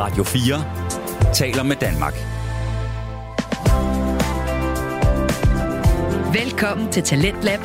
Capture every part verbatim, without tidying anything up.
Radio fire taler med Danmark. Velkommen til Talentlab.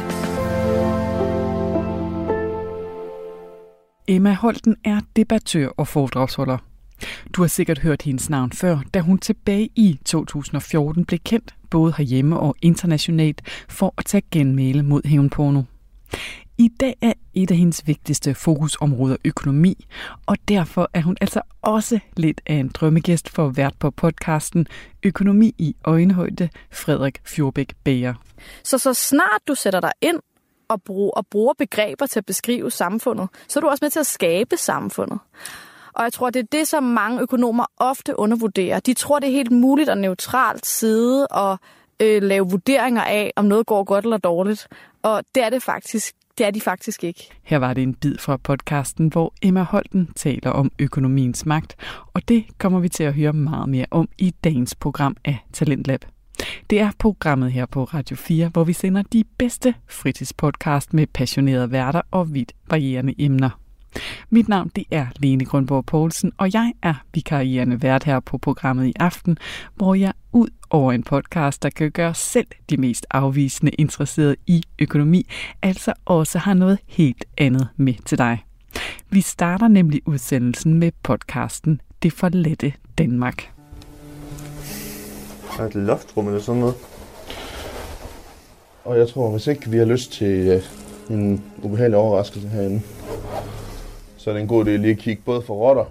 Emma Holten er debattør og foredragsholder. Du har sikkert hørt hendes navn før, da hun tilbage i to tusind og fjorten blev kendt både herhjemme og internationalt for at tage genmæle mod hævnporno. I dag er et af hendes vigtigste fokusområder økonomi, og derfor er hun altså også lidt af en drømmegæst for vært på podcasten Økonomi i øjenhøjde, Frederik Fjordbæk Bager. Så så snart du sætter dig ind og bruger, og bruger begreber til at beskrive samfundet, så er du også med til at skabe samfundet. Og jeg tror, det er det, som mange økonomer ofte undervurderer. De tror, det er helt muligt at neutralt sidde og øh, lave vurderinger af, om noget går godt eller dårligt. Og det er det faktisk. Det er de faktisk ikke. Her var det en bid fra podcasten, hvor Emma Holten taler om økonomiens magt, og det kommer vi til at høre meget mere om i dagens program af Talentlab. Det er programmet her på Radio fire, hvor vi sender de bedste fritidspodcast med passionerede værter og vidt varierende emner. Mit navn det er Lene Grønborg Poulsen, og jeg er vikarierende vært her på programmet i aften, hvor jeg ud over en podcast, der kan gøre selv de mest afvisende interesserede i økonomi, altså også har noget helt andet med til dig. Vi starter nemlig udsendelsen med podcasten Det forladte Danmark. Der er et loftrum eller sådan noget. Og jeg tror, hvis ikke vi har lyst til uh, en ubehagelig overraskelse herinde, så er det en god idé lige at kigge både for rotter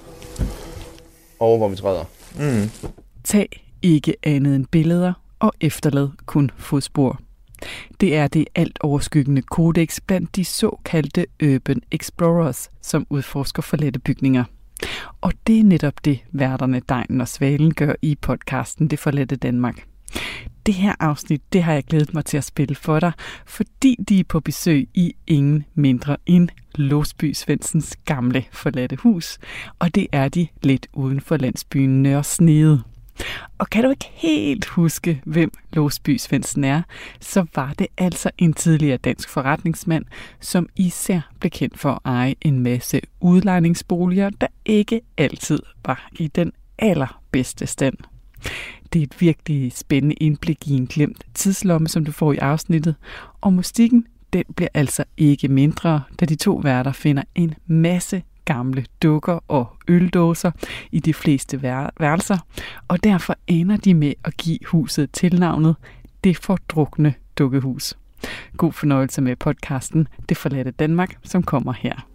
og hvor vi træder. Mm. Tag ikke andet end billeder og efterlad kun fodspor. Det er det alt overskyggende kodex blandt de såkaldte Urban Explorers, som udforsker forladte bygninger. Og det er netop det, værterne Degnen og Svalen gør i podcasten Det forladte Danmark. Det her afsnit, det har jeg glædet mig til at spille for dig, fordi de er på besøg i ingen mindre end Låsby Svendsens gamle forladte hus, og det er de lidt uden for landsbyen Nørre Snede. Og kan du ikke helt huske, hvem Låsby Svendsen er, så var det altså en tidligere dansk forretningsmand, som især blev kendt for at eje en masse udlejningsboliger, der ikke altid var i den allerbedste stand. Det er et virkelig spændende indblik i en glemt tidslomme, som du får i afsnittet, og musikken den bliver altså ikke mindre, da de to værter finder en masse gamle dukker og øldåser i de fleste værelser, og derfor ender de med at give huset tilnavnet Det Fordrukne Dukkehus. God fornøjelse med podcasten Det forladte Danmark, som kommer her.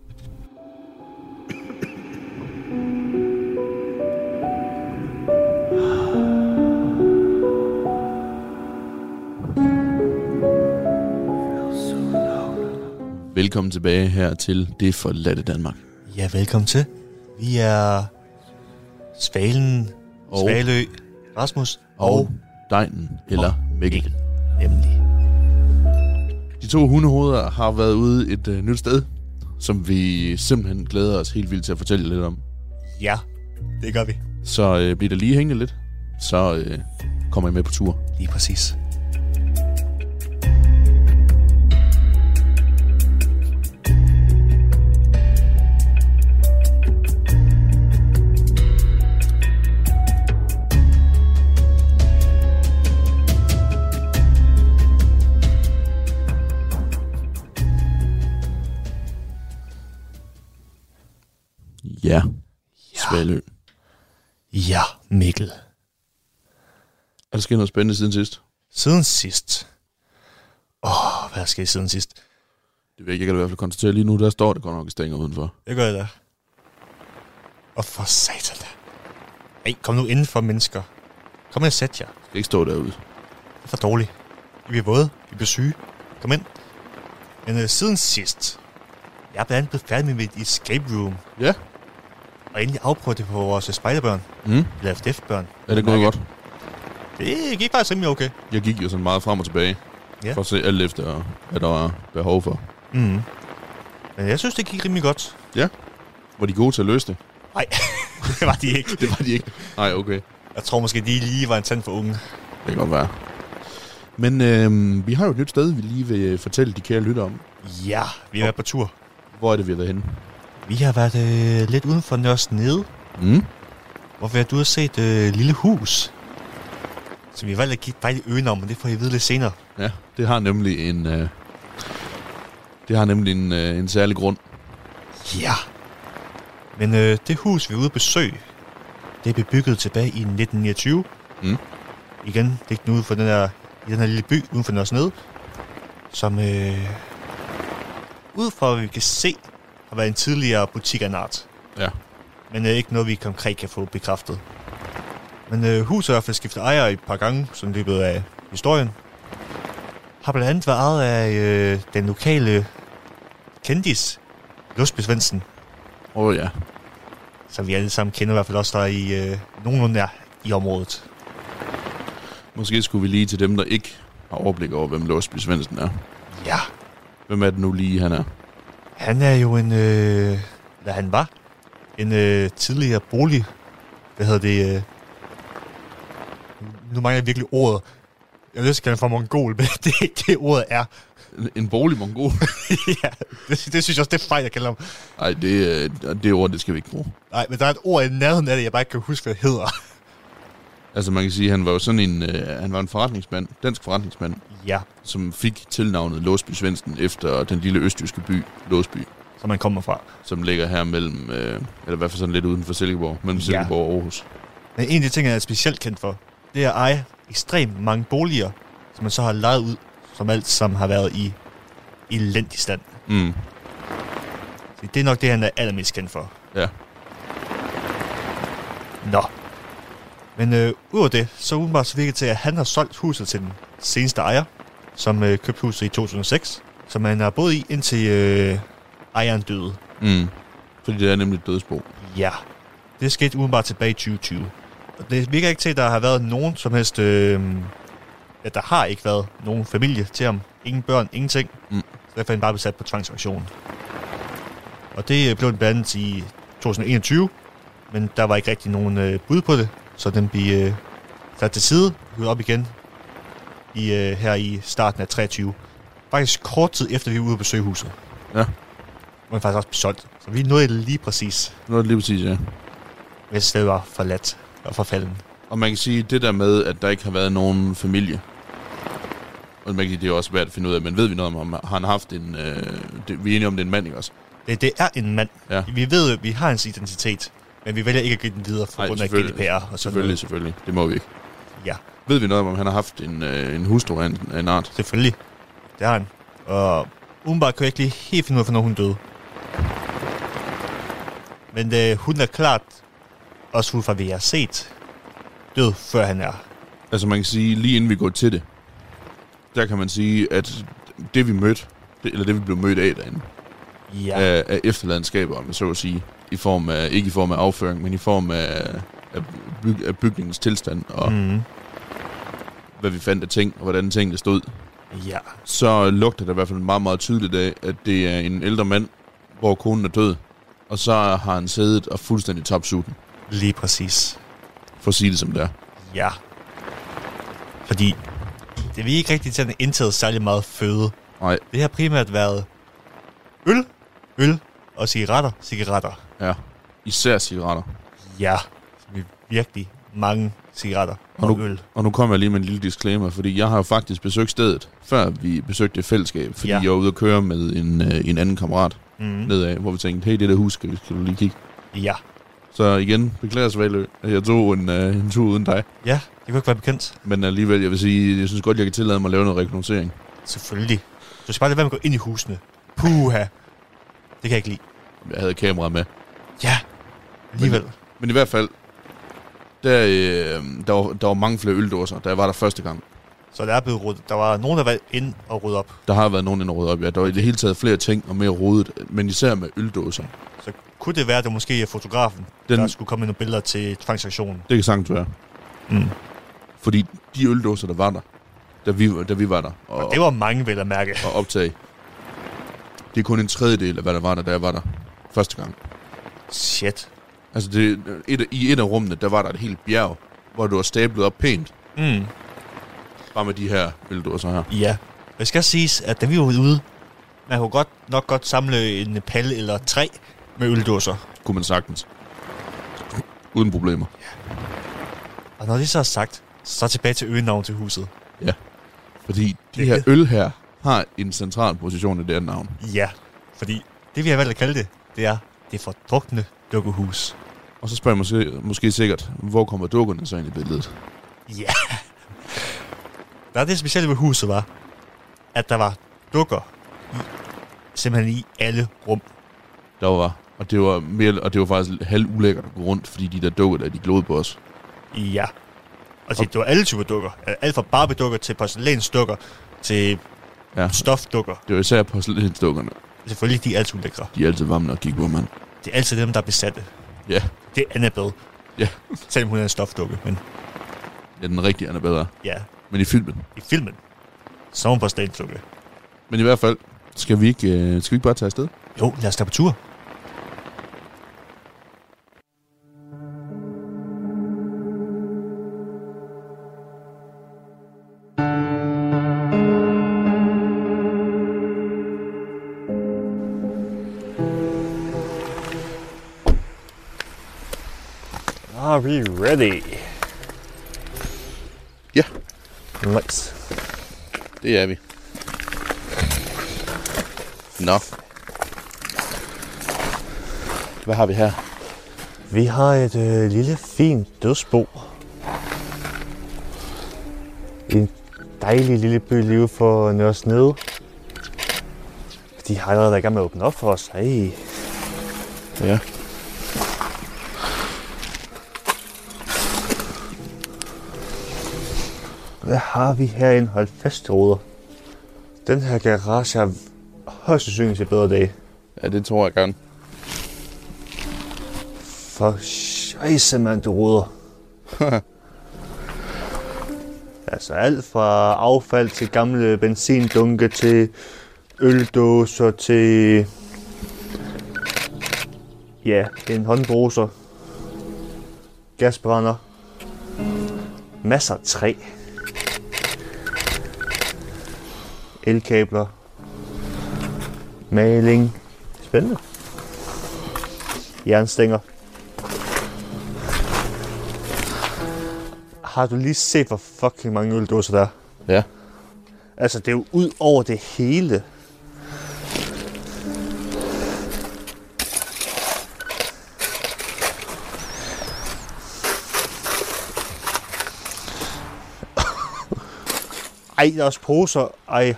Velkommen tilbage her til Det forladte Danmark. Ja, velkommen til. Vi er Svalen, og Svalø, Rasmus og, og Degnen eller Mikkel. Mikkel. Nemlig. De to hundehoveder har været ude et øh, nyt sted, som vi simpelthen glæder os helt vildt til at fortælle lidt om. Ja, det gør vi. Så øh, bliver der lige hængende lidt, så øh, kommer I med på tur. Lige præcis. Ja, Svalø. Ja, Mikkel. Er der sket noget spændende siden sidst? Siden sidst? Åh, oh, hvad er sket siden sidst? Det ved jeg, jeg kan i hvert fald konstatere lige nu, der står det godt nok i stænger udenfor. Det gør jeg da. Og for satan da. Ej, kom nu indenfor, mennesker. Kom ind og sæt jer. Jeg skal ikke stå derude. Det er for dårligt. Vi bliver våde, vi bliver syge. Kom ind. Men øh, siden sidst, jeg er blandt andet blevet færdig med mit escape room. Ja. Og endelig afprøvede det på vores spejderbørn. Mm. Eller F D F-børn. Er det gået godt? Det gik faktisk rimelig okay. Jeg gik jo sådan meget frem og tilbage. Ja. For at se alt efter, hvad der var behov for. Mm. Men jeg synes, det gik rimelig godt. Ja. Var de gode til at løse det? Nej, det var de ikke. Det var de ikke. Nej, okay. Jeg tror måske, de lige var en tand for unge. Det kan godt være. Men øh, vi har jo et nyt sted, vi lige vil fortælle de kære lytter om. Ja, vi har været på tur. Hvor er det, vi har været henne? Vi har været øh, lidt uden for Nørre Snede. Mm. hvorfor du har set øh, Lille Hus. Så vi har valgt at give dig øjne om, men det får I vide lidt senere. Ja, det har nemlig en, øh, det har nemlig en, øh, en særlig grund. Ja. Men øh, det hus, vi er ude at besøge, det er bebygget tilbage i nitten niogtyve. Mm. Igen, det er ude for den der, i den her lille by uden for Nørresnede, som øh, ud fra hvad vi kan se, har været en tidligere butik af en art. Ja. Men øh, ikke noget, vi konkret kan få bekræftet. Men øh, huset har i hvert fald skiftet ejer et par gange, som løbet af historien. Har blandt andet været ejet af øh, den lokale kendis, Låsby Svendsen. Åh oh, ja. Som vi alle sammen kender i hvert fald også der i øh, nogenlunde der i området. Måske skulle vi lige til dem, der ikke har overblik over, hvem Låsby Svendsen er. Ja. Hvem er det nu lige, han er? Han er jo en, øh, hvad han var, en øh, tidligere bolig, hvad hedder det, øh, nu mangler jeg virkelig ordet. Jeg vil lyst til at kalde for mongol, men det er ikke det ordet er. En, en bolig mongol? Ja, det, det synes jeg også, det er fejl, jeg kalder ham. Nej, det, det ord, det skal vi ikke bruge. Nej, men der er et ord i nærheden af det, jeg bare ikke kan huske, hvad det hedder. Altså man kan sige, at han var jo sådan en, øh, han var en forretningsmand, dansk forretningsmand, Ja. som fik tilnavnet Låsby Svendsen efter den lille østjyske by, Låsby. Som man kommer fra. Som ligger her mellem, øh, eller i hvert fald sådan lidt uden for Silkeborg, mellem Silkeborg og Aarhus. Men en af de ting, jeg er specielt kendt for, det er at eje ekstremt mange boliger, som man så har lejet ud, som alt sammen har været i elendig stand. Mm. Så det er nok det, han er allermest kendt for. Ja. Nå. Men øh, udover det, så udenbart så virker det til, at han har solgt huset til den seneste ejer, som øh, købte huset i to tusind og seks, som han har boet i indtil øh, ejeren døde. Mm. Fordi det er nemlig et dødsbo. Ja. Det skete udenbart tilbage i tyve tyve. Og det virker ikke til, at der har været nogen som helst... Øh, at der har ikke været nogen familie til ham. Ingen børn, ingenting. Mm. Så derfor er han bare besat på tvangsauktion. Og det blev den blandt andet i to tusind og enogtyve, men der var ikke rigtig nogen øh, bud på det, så den blev øh, sat til side, hivet op igen i, øh, her i starten af treogtyve. Faktisk kort tid efter, vi var ude at besøge huset. Ja. Og den faktisk også blev solgt. Så vi nåede lige præcis, Nu er det lige præcis, ja. hvis det var forladt og forfalden. Og man kan sige, det der med, at der ikke har været nogen familie, og man kan sige, det er også svært at finde ud af, men ved vi noget om, har han haft en... Øh, det, vi er enige om, det er en mand, ikke også? Det, det er en mand. Ja. Vi ved, at vi har hans identitet, men vi vælger ikke at give den videre for grund af G D P R. Og sådan selvfølgelig, noget. selvfølgelig. Det må vi ikke. Ja. Ved vi noget om, han har haft en, øh, en hustru af en, af en art? Selvfølgelig. Det har han. Og umiddelbart kan jeg ikke lige helt finde ud af, hvornår hun døde. Men øh, hun er klart, også ud fra hvad jeg har set, død før han er. Altså man kan sige, lige inden vi går til det, der kan man sige, at det vi mødte, det, eller det vi blev mødt af derinde, Ja. af, af efterladenskaber, om jeg så at sige, i form af, ikke i form af afføring, men i form af, af, byg, af bygningens tilstand, og Mm. hvad vi fandt af ting, og hvordan tingene stod, Ja. så lugter det i hvert fald meget, meget tydeligt af, at det er en ældre mand, hvor konen er død, og så har han siddet og fuldstændig tabt sutten, Lige præcis. for at sige det som det er. Ja. Fordi det vil ikke rigtig til at indtaget særlig meget føde. Nej, Det har primært været øl, øl og cigaretter, cigaretter. ja. Især cigaretter. Ja. Vi virkelig mange cigaretter og, Og nu, øl. og nu kommer jeg lige med en lille disclaimer, fordi jeg har jo faktisk besøgt stedet, før vi besøgte det fællesskab, fordi Ja. jeg var ude at køre med en, øh, en anden kammerat Mm. nedad, hvor vi tænkte, hey, det der hus, skal, skal du lige kigge. Ja. Så igen, beklager Svalø, at jeg tog en, øh, en tur uden dig, Ja, det kunne ikke være bekendt. men alligevel, jeg vil sige, jeg synes godt, jeg kan tillade mig at lave noget rekognoscering. Selvfølgelig. Du skal bare lade være med at gå ind i husene. Puha. Det kan jeg ikke lide. Jeg havde kamera med. Ja. Alligevel. Men i hvert fald, der, øh, der, var, der var mange flere øldåser, da jeg var der første gang. Så der er blevet ryddet. Der var nogen, der var ind og rydde op. Der har været nogen ind og rydde op, ja. Der var i det hele taget flere ting og mere rodet, men især med øldåser. Så kunne det være, at det måske er fotografen, Den- der skulle komme med nogle billeder til tvangsaktionen. Det kan sagtens være. Mm. Fordi de øldåser, der var der, da vi, da vi var der, og, Og det var mange, vel at mærke. og optage, det er kun en tredjedel af, hvad der var der, da jeg var der første gang. Shit. Altså, det, et, i et af rummene, der var der et helt bjerg, hvor du var stablet op pænt, Mm. bare med de her øldåser her. Ja. Det skal siges, at da vi var ude, man kunne godt, nok godt samle en palle eller tre med øldåser. Kunne man sagtens. Uden problemer. Og når det så er sagt, så tilbage til øgenavn til huset. Ja. Fordi de Det her er- øl her har en central position i det her navn. Ja, fordi det vi har valgt at kalde det, det er det fordrukne dukkehus. Og så spørger jeg måske, måske sikkert, hvor kommer dukkerne så ind i billedet? Ja. Der er det specielle ved huset var, at der var dukker i, simpelthen i alle rum. Der var, og det var, mere, og det var faktisk halv ulækkert at gå rundt, fordi de der dukker der, de glodede på os. Ja. Og det, det var alle typer dukker. Alt fra Barbie-dukker til porcelænsdukker til Ja. stofdukker. Det var især porcelænsdukkerne. Selvfølgelig, de er altid ulækre. De er altid varme at kigge på, mand. Det er altid dem, der er besatte. Ja. Det er Annabelle. Ja. Selvom hun er en stofdukke, men Ja, den rigtige er bedre. ja, Men i filmen. i filmen, så er hun porcelænsdukke. Men i hvert fald, skal vi ikke, øh, skal vi ikke bare tage afsted? Jo, lad os tage på tur. Are we ready? Ja, Nice. det er vi. Nå. Hvad har vi her? Vi har et øh, lille, fint dødsbo. En dejlig lille by lige for Nørre Snede. De har allerede været i gang med at åbne op for os. Hey. Ja. Hvad har vi herinde? Hold fast, Ruder. Den her garage har højst sandsynligt et bedre dag. Ja, det tror jeg gerne. For scheisse, mand, du Ruder. Altså alt fra affald til gamle benzindunke til øldåser til... Ja, en håndbruser. Gasbrænder. Masser af træ. Elkabler. Maling. Spændende. Jernstænger. Har du lige set, hvor fucking mange øldåser der er? Ja. Altså, det er jo ud over det hele. Ej, der er også poser. Ej.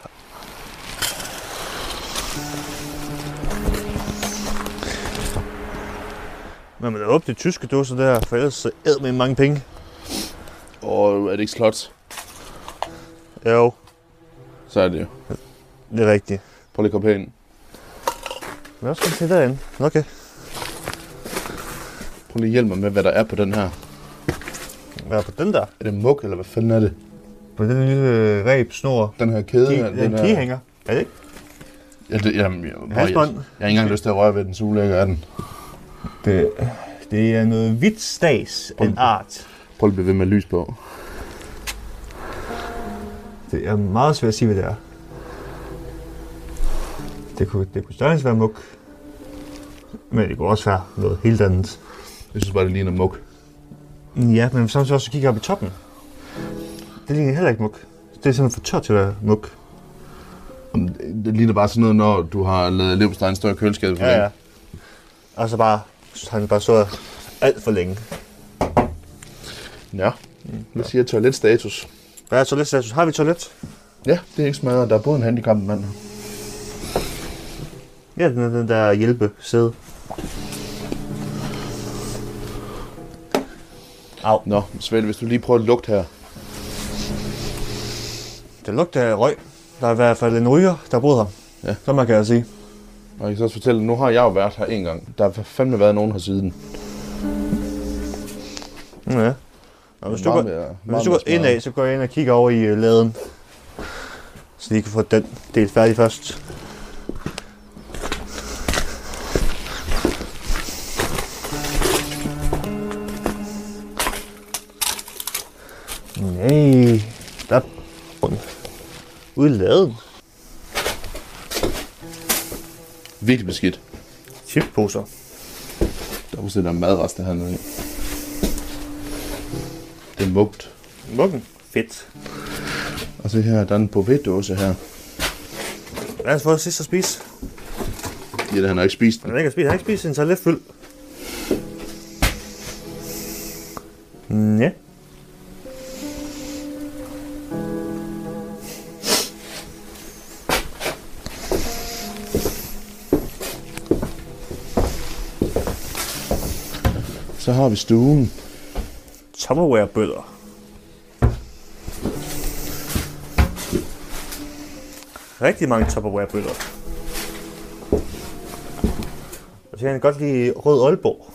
Men man er åbne de tyske dåser der, for ellers så æd med mange penge. Og er det ikke slots? Jo, Så er det jo. det er rigtigt. Prøv lige at komme herind. Men også skal se derinde. Okay. Prøv lige at hjælpe mig med, hvad der er på den her. Hvad er på den der? Er det muk, eller hvad fanden er det? På den lille reb, snor. Den her kæde her. Det er en kihænger. Er det ikke? Ja, det, jamen, jeg, jeg, jeg, Halsbånd. jeg har ikke engang lyst til at røre ved den, så ulækker er den. Det, det er noget hvidt stas af en art. Prøv lige at blive ved med lys på. Det er meget svært at sige, hvad det er. Det kunne, det kunne størrelse være muk. Men det kunne også være noget helt andet. Jeg synes bare, det ligner muk. Ja, men samtidig også kigger op i toppen. Det ligner heller ikke muk. Det er simpelthen for tørt til at være muk. Det ligner bare sådan noget, når du har lavet leverpostej stå i køleskabet for Ja, længe. ja. Og så bare, så har den bare stået alt for længe. Ja. Hvad siger toiletstatus? Hvad er toiletstatus? Har vi toilet? Ja, det er ikke smadret. Der er både en handicappet mand. Ja, den er den der hjælpesæde. Au. Nå, Svend, hvis du lige prøver at lugte her. Det lugter af røg. Der er i hvert fald en ryger, der boede her. Ja. Så man kan jeg sige. Og jeg kan så også fortælle, nu har jeg jo været her en gang. Der har fandme været nogen her siden. Ja. Og hvis du Meget går, mere- hvis meget du mere går ind smadret. af, så går jeg ind og kigger over i uh, laden. Så de kan få den del færdig først. Nej, der er ude i laden. Virkelig beskidt. Chipsposer. Der er måske der madrester hernede i. Det er mugt. Muggen. Fedt. Og så her, der er en Beauvais-dåse her. Hvad har han fået sidst at spise? Ja, det han har ikke spist den. Han har ikke spist, han har ikke spist en salat fyld. Mm, ja. Så har vi stuen. Tupperware-bøller. Rigtig mange Tupperware-bøller. Og så kan jeg godt lide Rød Aalborg.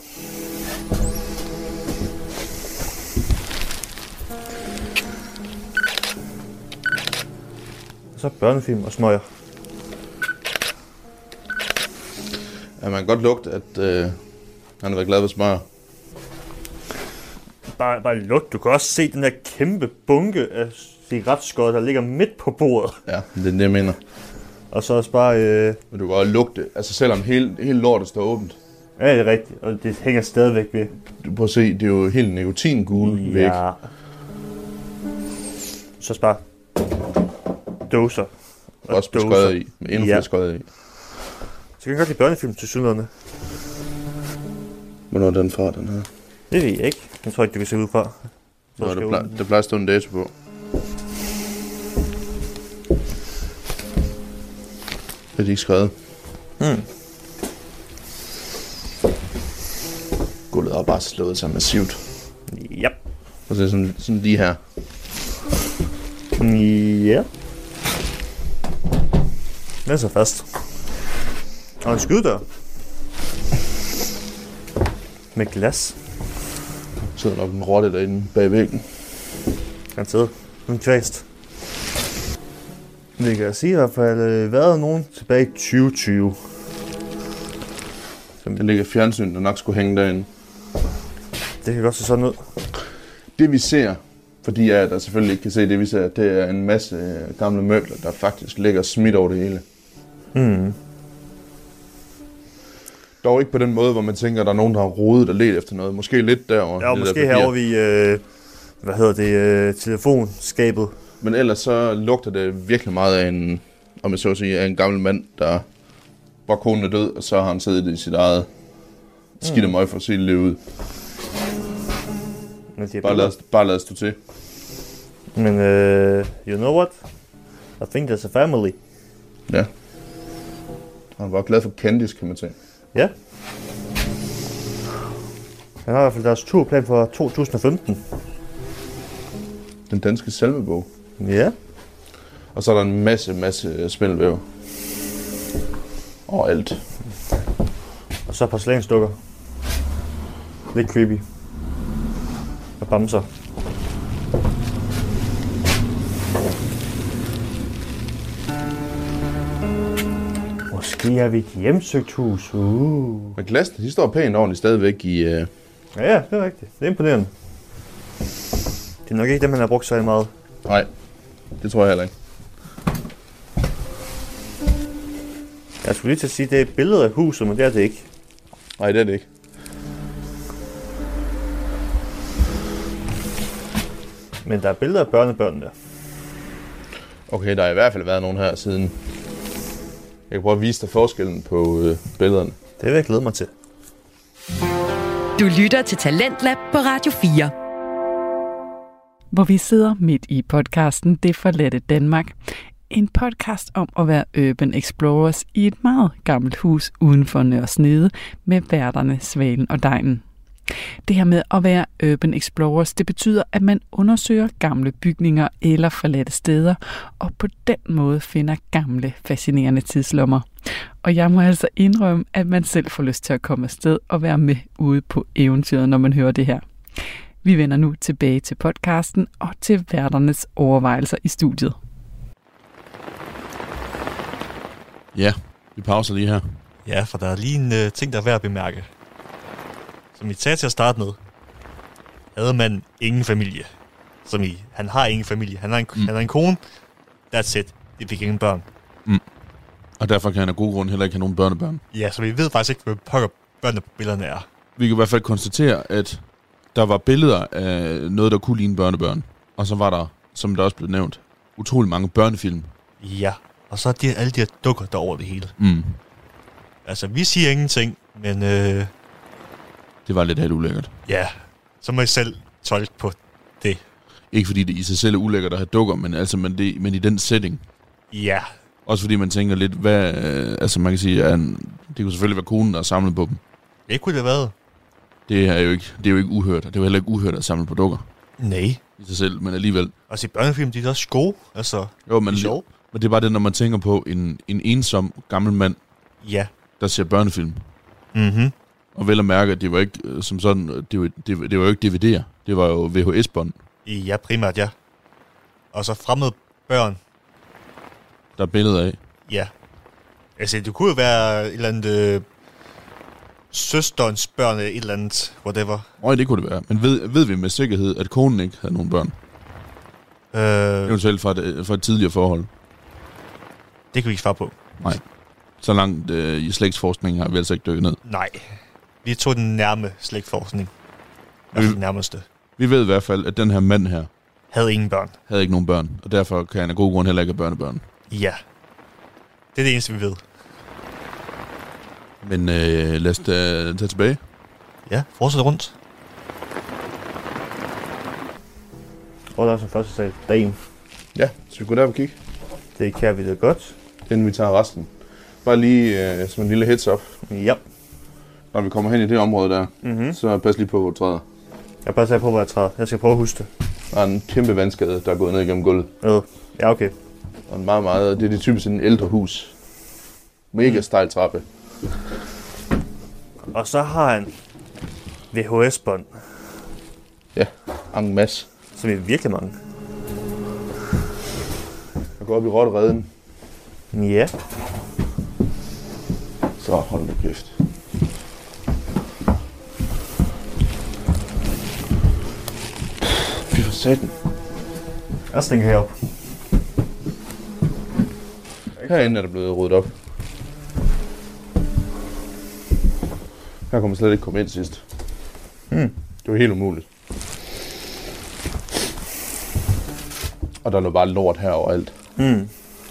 Og så børnefilm og smøger. Ja, man kan godt lugte, at øh, han har været glad ved smør. Bare, bare lugt. Du kan også se den der kæmpe bunke af cigaretskod, der ligger midt på bordet. Ja, det er det, jeg mener. Og så også bare... Øh... Men du kan godt lugte, altså selvom hele, hele lortet står åbent. Ja, det er rigtigt, og det hænger stadigvæk ved. Du prøver at se, det er jo helt nikotingul ja. væk. Så også bare dåser. Og også beskrevet i, med endnu flere ja. skrevet i. Så kan jeg godt lide børnefilm til synligheden. Hvornår er den fra, den her? Det ved jeg ikke. Jeg tror ikke, det kan se ud fra. Nå, der, plejer, der plejer at stå en dato på. Det er de ikke skrevet. Hmm. Gulvet er bare slået sig massivt. Ja. Og så er sådan, sådan lige her. Ja. Den er så fast. Og en skydedør. Med glas. Så sidder nok en rotte derinde bag væggen. Garanteret. En kvæst. Det kan jeg sige i hvert fald været nogen tilbage i tyve tyve. Der ligger fjernsyn, der nok skulle hænge derinde. Det kan godt se sådan ud. Det vi ser, fordi jeg der selvfølgelig ikke kan se det vi ser, det er en masse gamle møbler, der faktisk ligger smidt over det hele. Mm. Dog ikke på den måde, hvor man tænker, at der er nogen, der har rodet og let efter noget. Måske lidt derovre. Ja, og måske herovre vi, øh, hvad hedder det, øh, telefonskabet. Men ellers så lugter det virkelig meget af en, om jeg så at sige, af en gammel mand, der var konen er død, og så har han siddet i sit eget skidt og møg for at se det liv ud. Bare lad, bare lad os stå til. Men, uh, you know what? I think there's a family. Ja. Han var glad for Candice, kan man sige. Ja. Han har i hvert fald deres turplan for to tusind og femten. Den danske salmebog. Ja. Og så er der en masse, masse spindelvæv. Overalt. Og så porcelænsdukker. Lidt creepy. Og bamser. Måske er vi et hjemsøgt hus. Uh. Men glassene, de står pænt ordentligt stadigvæk i... Uh... Ja, ja, det er rigtigt. Det er imponerende. Det er nok ikke dem, han har brugt så meget. Nej, det tror jeg heller ikke. Jeg skulle lige til at sige, at det er et billede af huset, men det er det ikke. Nej, det er det ikke. Men der er billeder af børnebørnene der. Okay, der har i hvert fald været nogen her siden. Jeg kan prøve at vise dig forskellen på øh, billederne. Det vil jeg glæde mig til. Du lytter til Talentlab på Radio fire. Hvor vi sidder midt i podcasten Det forladte Danmark. En podcast om at være urban explorers i et meget gammelt hus uden for Nørre Snede med værterne Svalen og Degnen. Det her med at være urban explorers, det betyder, at man undersøger gamle bygninger eller forladte steder, og på den måde finder gamle, fascinerende tidslommer. Og jeg må altså indrømme, at man selv får lyst til at komme afsted og være med ude på eventyret, når man hører det her. Vi vender nu tilbage til podcasten og til værternes overvejelser i studiet. Ja, vi pauser lige her. Ja, for der er lige en uh, ting, der er værd at bemærke. Som I sagde til at starte med, havde man ingen familie. Som I, han har ingen familie. Han har en, mm. han har en kone. That's it. De fik ingen børn. Mm. Og derfor kan han af god grund heller ikke have nogen børnebørn. Ja, så vi ved faktisk ikke, hvad pokker børnene på billederne er. Vi kan i hvert fald konstatere, at der var billeder af noget, der kunne ligne børnebørn. Og så var der, som der også blev nævnt, utrolig mange børnefilm. Ja, og så er det alle de her dukker der over det hele. Mm. Altså, vi siger ingenting, men øh, Det var lidt helt ulækkert. ja, så må I selv tolke på det. Ikke fordi det i sig selv er ulækkert at have dukker, men, altså, men, det, men i den setting. Ja, Også fordi man tænker lidt, hvad... Øh, altså man kan sige, at en, det kunne selvfølgelig være konen, der har samlet på dem. det kunne det have været. Det er jo ikke, det er jo ikke uhørt. Det er jo heller ikke uhørt at samle på dukker Nej. i sig selv, men alligevel. Og se, børnefilm, de er også gode. Altså, Jo, men, de er sjove. men det er bare det, når man tænker på en, en ensom gammel mand, Ja. der ser børnefilm. Mhm. Og vel at mærke, at det var ikke øh, som sådan, det var, det, det var jo ikke D V D'er. Det var jo V H S-bånd, Ja, primært, ja. Og så fremmede børn. der er billeder af. Ja. Altså, det kunne jo være et eller andet... Øh, søsterens børn eller et eller andet, whatever. Øj, det kunne det være. Men ved, ved vi med sikkerhed, at konen ikke havde nogen børn? Øh, Eventuelt fra et, fra et tidligere forhold. det kan vi ikke svare på. Nej. Så langt øh, i slægtsforskningen har vi altså ikke dykket ned. Nej. Vi tog den nærme slægtforskning. Altså den nærmeste. Vi ved i hvert fald, at den her mand her Havde ingen børn. havde ikke nogen børn, og derfor kan han af god grund heller ikke have børnebørn. Ja. Det er det eneste, vi ved. Men øh, lad os da tage tilbage. Ja, fortsæt rundt. Og der er som første sal. Dagen. Ja, så vi går der og kigge, Det kan vi da godt. inden vi tager resten. Bare lige øh, som en lille heads up. Ja. Når vi kommer hen i det område der, Mhm. så pas lige på, hvor du træder. Jeg bare på, hvor jeg træder. Jeg skal prøve at huske det. Der er en kæmpe vandskade, der er gået ned igennem gulvet. Øh. Ja, okay. Og en meget, meget, det er det typisk en ældre hus. Mega stejl trappe. Og så har han V H S-bånd, Ja, en masse. som er virkelig mange. Jeg går op i rottereden. Ja. Så hold nu kæft. Fy for satan. Jeg stinger herop. Herinde er der blevet ryddet op. Her kunne man slet ikke komme ind sidst. Hmm. Det var helt umuligt. Og der lå bare lort her overalt. Mm.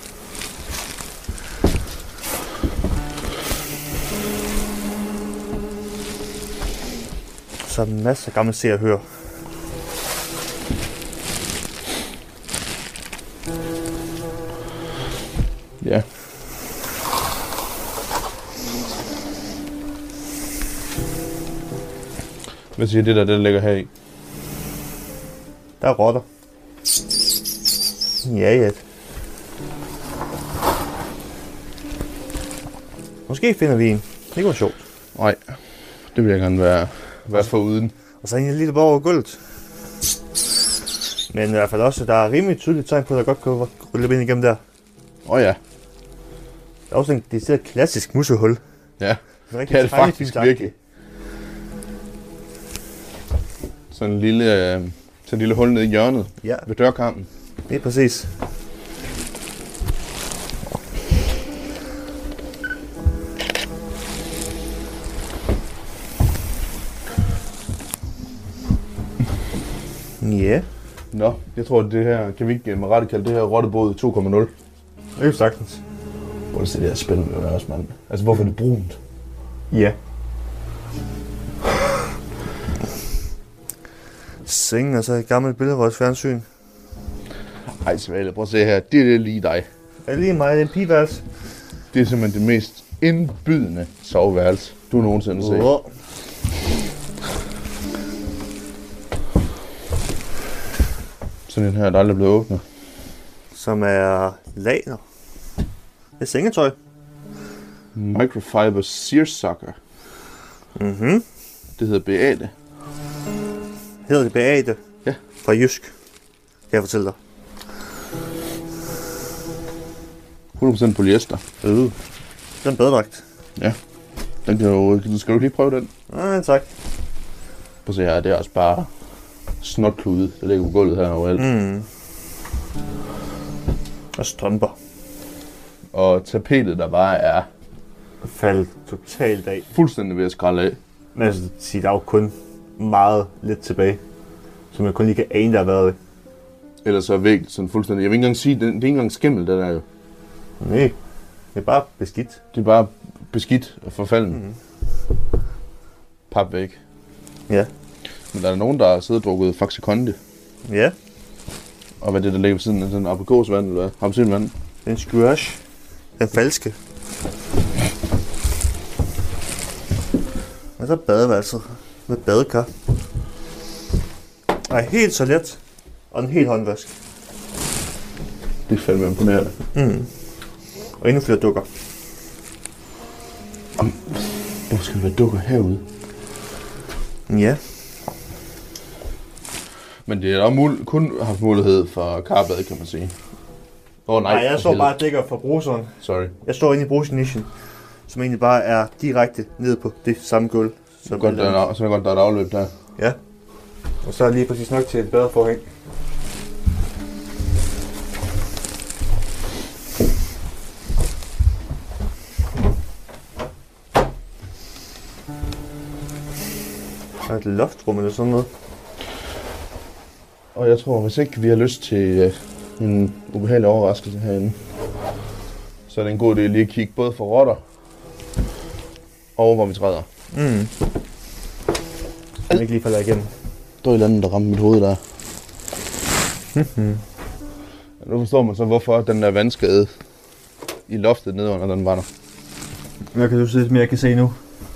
Så er der masser af gamle se og høre. Ja. Hvad siger det der, det der ligger her i? Der er rotter. Ja, ja. Måske finder vi en. Det kunne være sjovt. Nej, det vil jeg gerne være, være foruden. Og så en lille borg over gulvet. Men i hvert fald også, der er rimelig tydeligt tegn på, at der godt kan rulle ind igennem der. Åh oh, ja. Der er også en det er et klassisk musehul. Ja, En rigtig det er det faktisk tegnefilmsagtig. virkelig. Sådan en lille, øh, sådan en lille hul nede i hjørnet Ja, ved dørkarmen. det er præcis. Ja, Nå, jeg tror, at det her, kan vi ikke med rette kalde det her rottebåd to komma nul? det er sagtens. Hvor det ser det her spændende ud også, mand. Altså, hvorfor er det brunt? Ja. Sengen er så et gammelt billedrødt fjernsyn. Ej, Svale, prøv at se her. Det er det lige dig. Er det lige mig, det er en pigeværelse? Det er simpelthen det mest indbydende soveværelse, du nogensinde har set. Wow. Sådan en her, der aldrig er blevet åbnet. Som er laner. Det er sengetøj. Microfiber seersucker. Mhm. Det hedder Beate. Hedder det Beate? Ja. Fra Jysk. Kan jeg fortælle dig. hundrede procent polyester. Øh. Det er en badedragt. Ja. Den kan jo, skal du ikke lige prøve den? Nej, tak. Prøv at se her, det er også bare snotklude, der ligger på gulvet her overalt. Mm. Mm. Og strømper. Og tapetet, der bare er Faldt totalt af. fuldstændig ved at skralde af. Men altså, sige, der er jo kun meget lidt tilbage, som jeg kun lige kan ane, der har været det. Ellers så er væk sådan fuldstændig. Jeg vil ikke engang sige, det, det er ikke engang skimmel, det der jo. Nej, det er bare beskidt. Det er bare beskidt og forfalden. Mm-hmm. Pap væk. Ja. Men der er nogen, der har siddet og drukket Faxe Kondi. Ja. Og hvad er det, der ligger på siden af sådan en aprikosvand, eller hvad? Appelsinvand? Den squash. Den falske. Og så badeværelset med badekar. Og helt så let. Og en helt håndvask. Det er fandme imponerende. Mm. Og endnu flere dukker. Om, hvor skal der være dukker herude? Ja. Men det er da mul- kun haft mulighed for karbad, kan man sige. Åh oh, nej. Nej, jeg står bare dækker for bruseren. Sorry. Jeg står inde i brusenischen, som egentlig bare er direkte nede på det samme gulv. Så godt, der er, så er godt, der er et afløb der. Ja. Og så er lige præcis nok til et bedre forhæng. Der er et loftrum eller sådan noget. Og jeg tror, hvis ikke vi har lyst til uh, en ubehagelig overraskelse herinde, så er det en god idé lige at kigge både for rotter og hvor vi træder. Mm. Jeg ikke lige falder igennem. Der er et eller andet, der rammer mit hoved der. Nu forstår man så, hvorfor den der vandskade i loftet nedenunder, den var der. Hvad kan du se, som jeg kan se nu?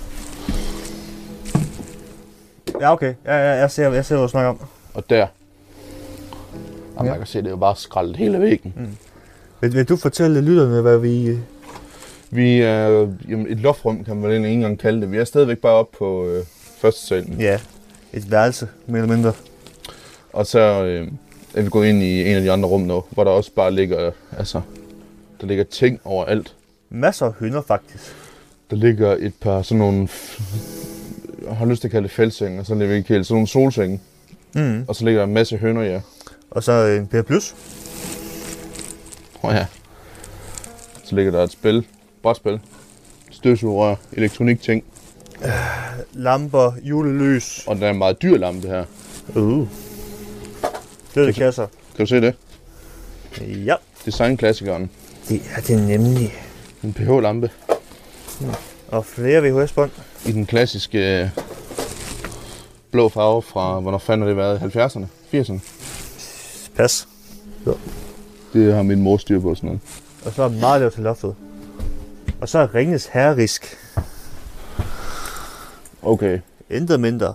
Ja, okay. Ja, ja, jeg ser, jeg ser, hvad du snakker om. Og der. Jamen, ja. Jeg kan se, det er jo bare skrællet hele væggen. Mm. Vil, vil du fortælle lytterne, hvad vi... Vi er jamen, et loftrum, kan man vel ikke engang kalde det. Vi er stadigvæk bare oppe på øh, første salen. Ja, et værelse, mere eller mindre. Og så øh, er vi gået ind i en af de andre rum nu, hvor der også bare ligger, altså, der ligger ting overalt. Masser af hønder, faktisk. Der ligger et par sådan nogle, jeg har lyst til at kalde det fældsenge, og så ligger vi ikke helt, sådan nogle solsenge. Mm. Og så ligger der en masse hønder, ja. Og så en P plus. Åh oh, ja. Så ligger der et spil, brætspil, støvsugerrør, elektronikting. Øh, lamper, julelys. Og der er en meget dyr lampe her. Uh. Fløde kasser. Kan du se det? Ja. Designklassikeren. Det er det nemlig. En pH-lampe. Mm. Og flere V H S-bånd. I den klassiske øh, blå farve fra, hvornår fanden har det været? halvfjerdserne? firserne? Pas. Ja. Det har min mor styr på sådan noget. Og så er det meget lavt til loftet. Og så er Ringenes Herre-risk. Okay. Intet mindre.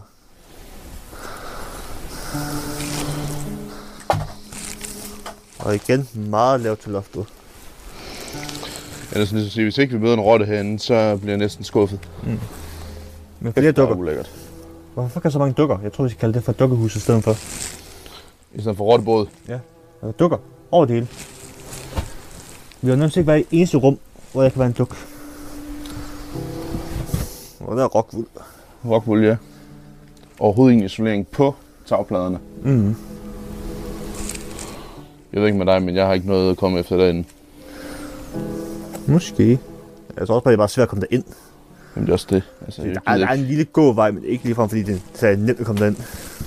Og igen meget lavt til loftet. Jeg er sådan lige at sige, hvis ikke vi møder en rotte herinde, så bliver jeg næsten skuffet. Mm. Men flere dukker. Ulækkert. Hvorfor kan så mange dukker? Jeg tror, vi skal kalde det for dukkehus i stedet for. I stedet for rottebåd? Ja. Der er dukker over det hele. Vi har nærmest ikke været i eneste rum, hvor der kan være en duk. Og der er rockwool. Rockwool, ja. Overhovedet ingen isolering på tagpladerne. Mhm. Jeg ved ikke med dig, men jeg har ikke noget at komme efter derinde. Måske. Jeg tror også bare, det er bare svært at komme derind. Jamen det er også det. Altså, der, er, der er en lille gåvej, men ikke ligefrem, fordi det er nemt at komme derind.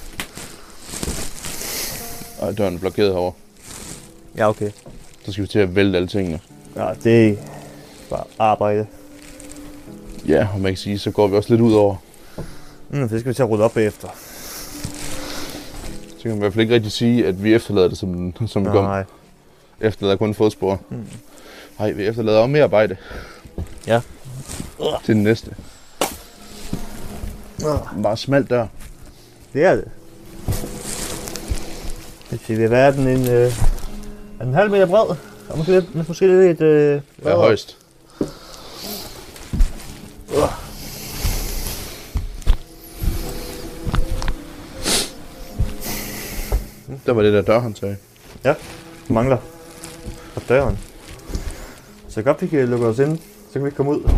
Ej, døren er blokeret herovre. Ja, okay. Så skal vi til at vælte alle tingene. Ja, det er bare arbejde. Ja, og man kan sige, så går vi også lidt ud over. Mm, det skal vi til at rydde op bagefter. Så kan man i hvert fald ikke rigtig sige, at vi efterlader det, som, som vi kom. Nej. Efterlader kun fodspor. Mm. Nej, vi efterlader også mere arbejde. Ja. Til den næste. Uh. Bare smalt dør. Det er det. Det siger, vi er den en, øh, en halv meter bred. Og måske lidt, måske lidt øh, Hvad er højst? Uh. Der var det der dørhåndtag. Ja, det mangler på døren. Så godt vi kan lukke os ind, så kan vi ikke komme ud.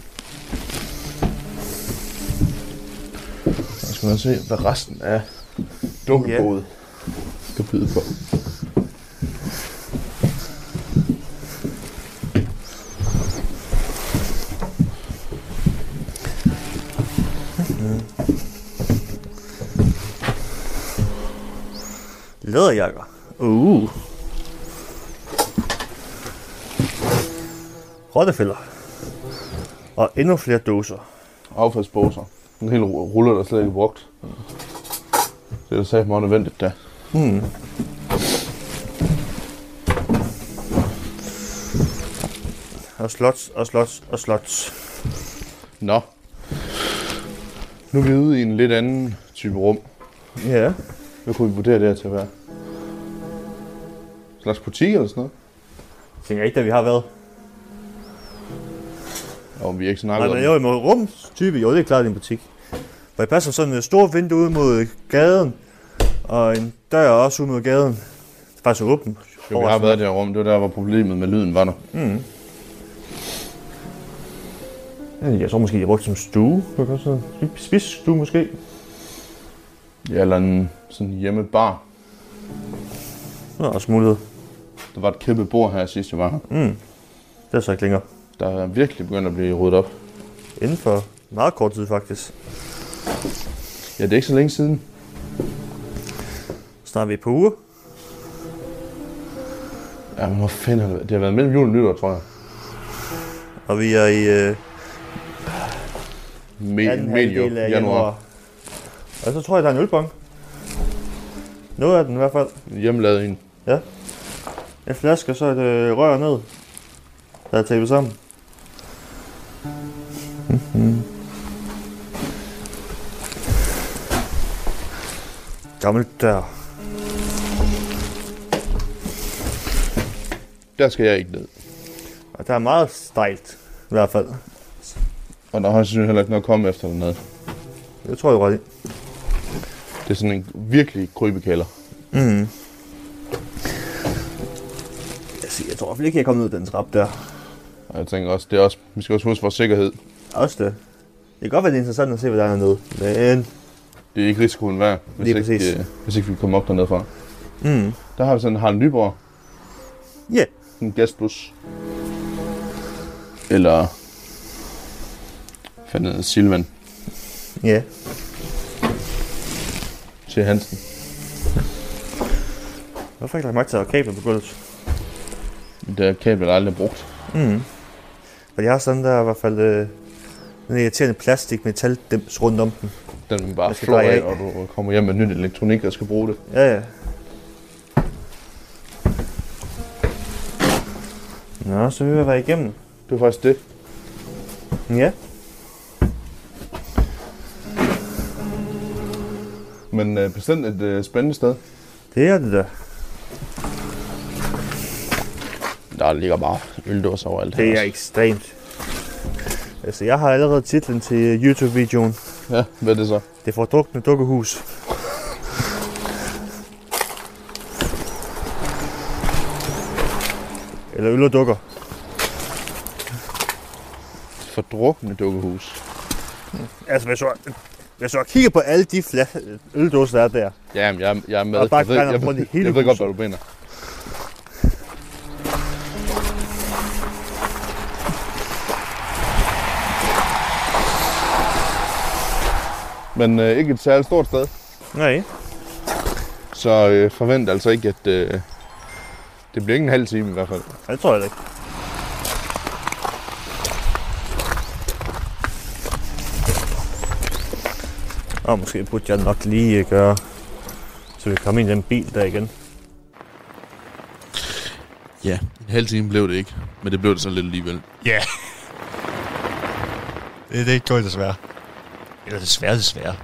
Så skal man se, hvad resten af dukkeboet skal byde på. Læderjakker. Uh. Rottefælder. Og endnu flere dåser. Affaldsposer. En hel rulle, der slet ikke er brugt. Det er da sagt meget nødvendigt, da. Hmm. Og slots, og slots, og slots. Nå. Nu er vi ude i en lidt anden type rum. Ja. Hvad kunne vi vurdere det her til at være? En slags butik eller sådan noget? Jeg tænker ikke, at vi har været. Og vi er ikke snakket Nej, men om. jo, i rumstype, jo, det er klart en butik. For det passer sådan et stort vindue ud mod gaden, og en dør også ud mod gaden. Det er faktisk åben. Jo, vi har været i det her rum. Det var der, hvor problemet med lyden var der. Mm. Jeg tror måske, jeg brugte som stue. Spisstue måske. Ja, eller en sådan hjemmebar. Det er også mulighed. Der var et kæmpe bord her sidst, jeg var her. Mm. Det er så ikke længere. Der er virkelig begyndt at blive ryddet op. Inden for meget kort tid, faktisk. Ja, det er ikke så længe siden. Snart er vi på uge. Ja, men hvor fanden har det? Det har været mellem jul og nytår, tror jeg. Og vi er i øh, Me- anden medio halvdel af januar. januar. Og så tror jeg, der er en ølbong. Noget af den i hvert fald. Hjemmelavet en. Ja. En flaske og så et øh, rør ned. Der er tapet sammen. Mm-hmm. Gammelt dør. Der skal jeg ikke ned. Og der er meget stejlt. I hvert fald. Og der har jeg synes heller ikke noget at komme efter dernede. Det tror jeg ret i. Det er sådan en virkelig krybekælder. Mm. Jeg, siger, jeg tror i hvert fald ikke, jeg er kommet ud af den trap der. Og jeg tænker også, det er også, vi skal også huske vores sikkerhed. Også det. Det kan godt være, det er interessant at se, hvad der er hernede. Men Det er ikke risikoen værd, hvis, Lige ikke, øh, hvis ikke vi kommer op dernede fra. Mm. Der har vi sådan en Harald Nyborg. Ja. Yeah. En gasplus. Eller fandt Silvan Ja. Yeah. til Hansen. Hvorfor ikke lagt magt til at kabler på gulvet? Det er kabel aldrig brugt. Mm. For jeg har sådan der i hvert fald øh, en irriterende plastik metaldims rundt om den. Den vil bare Jeg skal flår dreje af, af. og du kommer hjem med nyt elektronik og skal bruge det. Ja, ja. Nå, så vil jeg være igennem. Det er faktisk det. Ja. Men øh, bestemt et øh, spændende sted. Det er det der. Der ligger bare øldåser overalt her. Det er også. ekstremt. Altså, jeg har allerede titlen til YouTube-videoen. Ja, hvad er det så? Det får drukne dukkehus. Eller øl og dukker. Fordrukne dukkehus. Altså, hvis du, hvis du kigger på alle de fla- øldåser, der er der. Jamen, jeg, jeg er med. Og bare Jeg ved, brænder jeg, rundt i jeg, hele jeg ved godt, huset. hvad du mener. Men øh, ikke et særligt stort sted. Nej. Så øh, forvent altså ikke, at øh, det bliver ikke en halv time i hvert fald. Det tror jeg ikke. Og måske burde jeg nok lige gøre, så vi kan komme ind i den bil der igen. Ja, en halv time blev det ikke, men det blev det så lidt alligevel. Ja. Yeah. Det, det er ikke godt desværre. Eller desværre, desværre.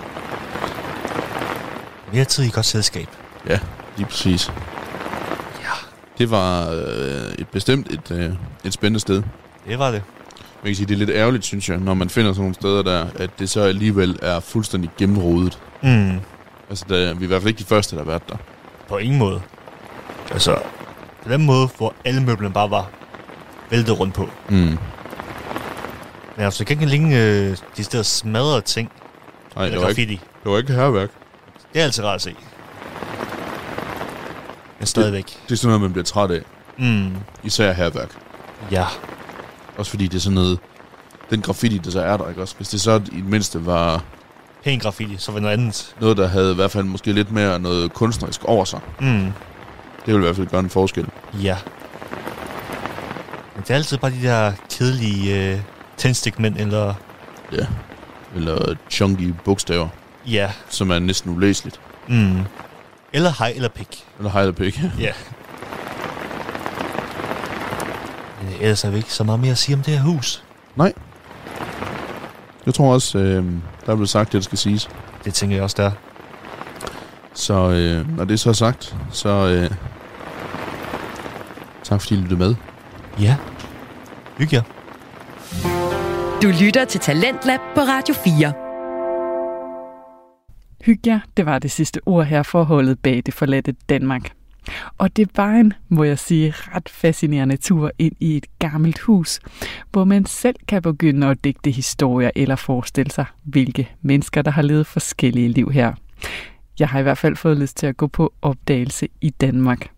Mere tid i godt selskab. Ja, lige præcis. Ja. Det var øh, et bestemt et, øh, et spændende sted. Det var det. Man kan sige, det er lidt ærgerligt, synes jeg, når man finder sådan nogle steder der, at det så alligevel er fuldstændig gennemrodet. Mm. Altså, der, vi er i hvert fald ikke de første, der har været der. På ingen måde. Altså, på den måde, hvor alle møblerne bare var væltet rundt på. Mm. Men altså, jeg kan ikke længe øh, de steder smadrede ting. Nej, det eller var, graffiti. ikke, det var ikke herværk. Det er altid rart at se. Men stadigvæk. Det, det er sådan noget, man bliver træt af. Mm. Især herværk. Ja. Også fordi det er sådan noget... Den graffiti, der så er der, ikke også? Hvis det så i det mindste var pæn graffiti, så var noget andet. Noget, der havde i hvert fald måske lidt mere noget kunstnerisk over sig. Mm. Det vil i hvert fald gøre en forskel. Ja. Men det er altid bare de der kedelige øh, tændstikmænd, eller... Ja. Eller chunky bogstaver. Ja. Som er næsten ulæseligt. Mm. Eller hej eller pik. Eller hej eller pik. Ja. Men ellers er vi ikke så meget mere at sige om det her hus. Nej. Jeg tror også, øh, der er blevet sagt, det der skal siges. Det tænker jeg også, der. Så øh, når det er så sagt, så øh, tak fordi I lyttede med. Ja. Hygge jer. Du lytter til Talentlab på Radio fire. Hygge jer, det var det sidste ord her for holdet bag det forladte Danmark. Og det var en, må jeg sige, ret fascinerende tur ind i et gammelt hus, hvor man selv kan begynde at digte historier eller forestille sig, hvilke mennesker, der har levet forskellige liv her. Jeg har i hvert fald fået lyst til at gå på opdagelse i Danmark.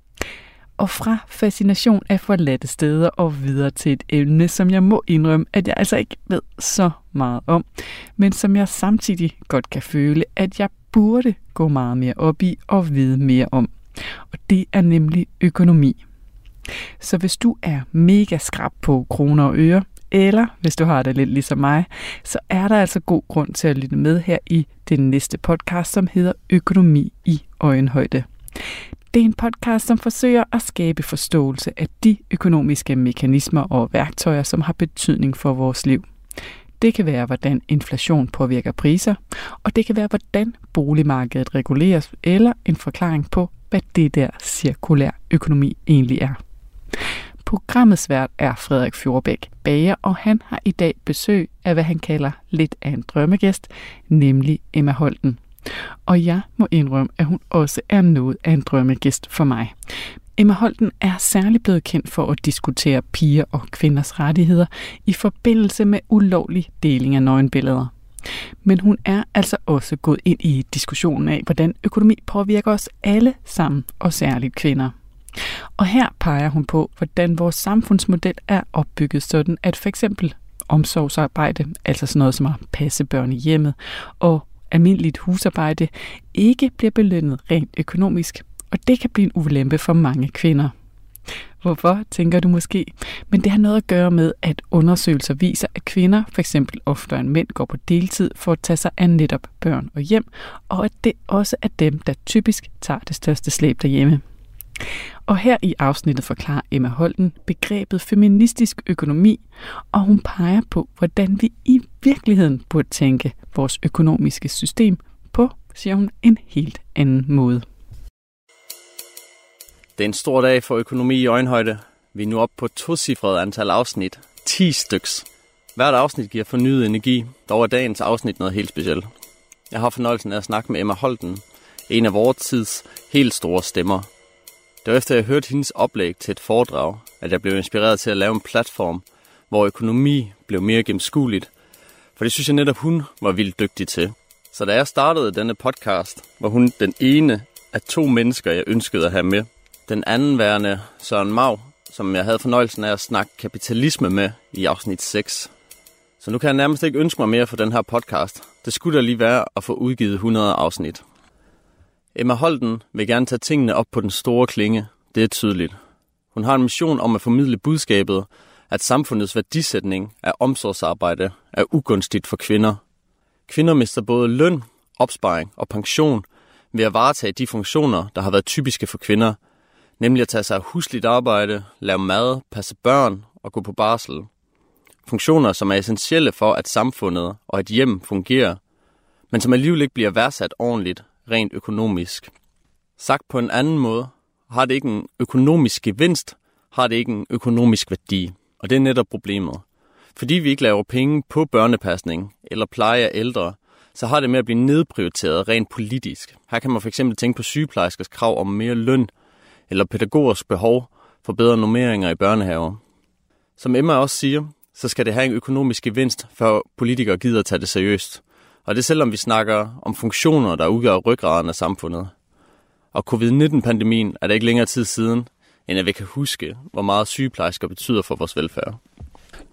Og fra fascination af forladte steder og videre til et emne, som jeg må indrømme, at jeg altså ikke ved så meget om, men som jeg samtidig godt kan føle, at jeg burde gå meget mere op i og vide mere om. Og det er nemlig økonomi. Så hvis du er mega skrap på kroner og øre, eller hvis du har det lidt ligesom mig, så er der altså god grund til at lytte med her i den næste podcast, som hedder Økonomi i øjenhøjde. Det er en podcast, som forsøger at skabe forståelse af de økonomiske mekanismer og værktøjer, som har betydning for vores liv. Det kan være, hvordan inflation påvirker priser, og det kan være, hvordan boligmarkedet reguleres, eller en forklaring på, hvad det der cirkulær økonomi egentlig er. Programmets vært er Frederik Fjordbæk Bager, og han har i dag besøg af, hvad han kalder lidt af en drømmegæst, nemlig Emma Holten. Og jeg må indrømme, at hun også er noget af en drømmegæst for mig. Emma Holten er særligt blevet kendt for at diskutere piger og kvinders rettigheder i forbindelse med ulovlig deling af nøgenbilleder. Men hun er altså også gået ind i diskussionen af, hvordan økonomi påvirker os alle sammen, og særligt kvinder. Og her peger hun på, hvordan vores samfundsmodel er opbygget sådan, at for eksempel omsorgsarbejde, altså sådan noget som at passe børn i hjemmet, og almindeligt husarbejde, ikke bliver belønnet rent økonomisk, og det kan blive en ulempe for mange kvinder. Hvorfor, tænker du måske? Men det har noget at gøre med, at undersøgelser viser, at kvinder f.eks. oftere end mænd går på deltid for at tage sig af netop børn og hjem, og at det også er dem, der typisk tager det største slæb derhjemme. Og her i afsnittet forklarer Emma Holten begrebet feministisk økonomi, og hun peger på, hvordan vi i virkeligheden burde tænke vores økonomiske system på, siger hun, en helt anden måde. Det er en stor dag for økonomi i øjenhøjde. Vi er nu oppe på et tocifret antal afsnit. ti styks. Hvert afsnit giver fornyet energi. Dog er dagens afsnit noget helt specielt. Jeg har fornøjelsen af at snakke med Emma Holten, en af vores tids helt store stemmer. Det var efter jeg hørte hendes oplæg til et foredrag, at jeg blev inspireret til at lave en platform, hvor økonomi blev mere gennemskueligt. For det synes jeg netop hun var vildt dygtig til. Så da jeg startede denne podcast, var hun den ene af to mennesker, jeg ønskede at have med. Den anden værende Søren Mau, som jeg havde fornøjelsen af at snakke kapitalisme med i afsnit seks. Så nu kan jeg nærmest ikke ønske mig mere for den her podcast. Det skulle da lige være at få udgivet hundrede afsnit. Emma Holten vil gerne tage tingene op på den store klinge. Det er tydeligt. Hun har en mission om at formidle budskabet, at samfundets værdisætning af omsorgsarbejde er ugunstigt for kvinder. Kvinder mister både løn, opsparing og pension ved at varetage de funktioner, der har været typiske for kvinder, nemlig at tage sig af husligt arbejde, lave mad, passe børn og gå på barsel. Funktioner, som er essentielle for, at samfundet og et hjem fungerer, men som alligevel ikke bliver værdsat ordentligt, rent økonomisk. Sagt på en anden måde, har det ikke en økonomisk gevinst, har det ikke en økonomisk værdi. Og det er netop problemet. Fordi vi ikke laver penge på børnepasning eller pleje af ældre, så har det med at blive nedprioriteret rent politisk. Her kan man for eksempel tænke på sygeplejerskers krav om mere løn, eller pædagogers behov for bedre normeringer i børnehaver. Som Emma også siger, så skal det have en økonomisk gevinst, før politikere gider at tage det seriøst. Og det selvom vi snakker om funktioner, der udgør ryggraden af samfundet. Og covid nitten-pandemien er det ikke længere tid siden, end at vi kan huske, hvor meget sygeplejersker betyder for vores velfærd.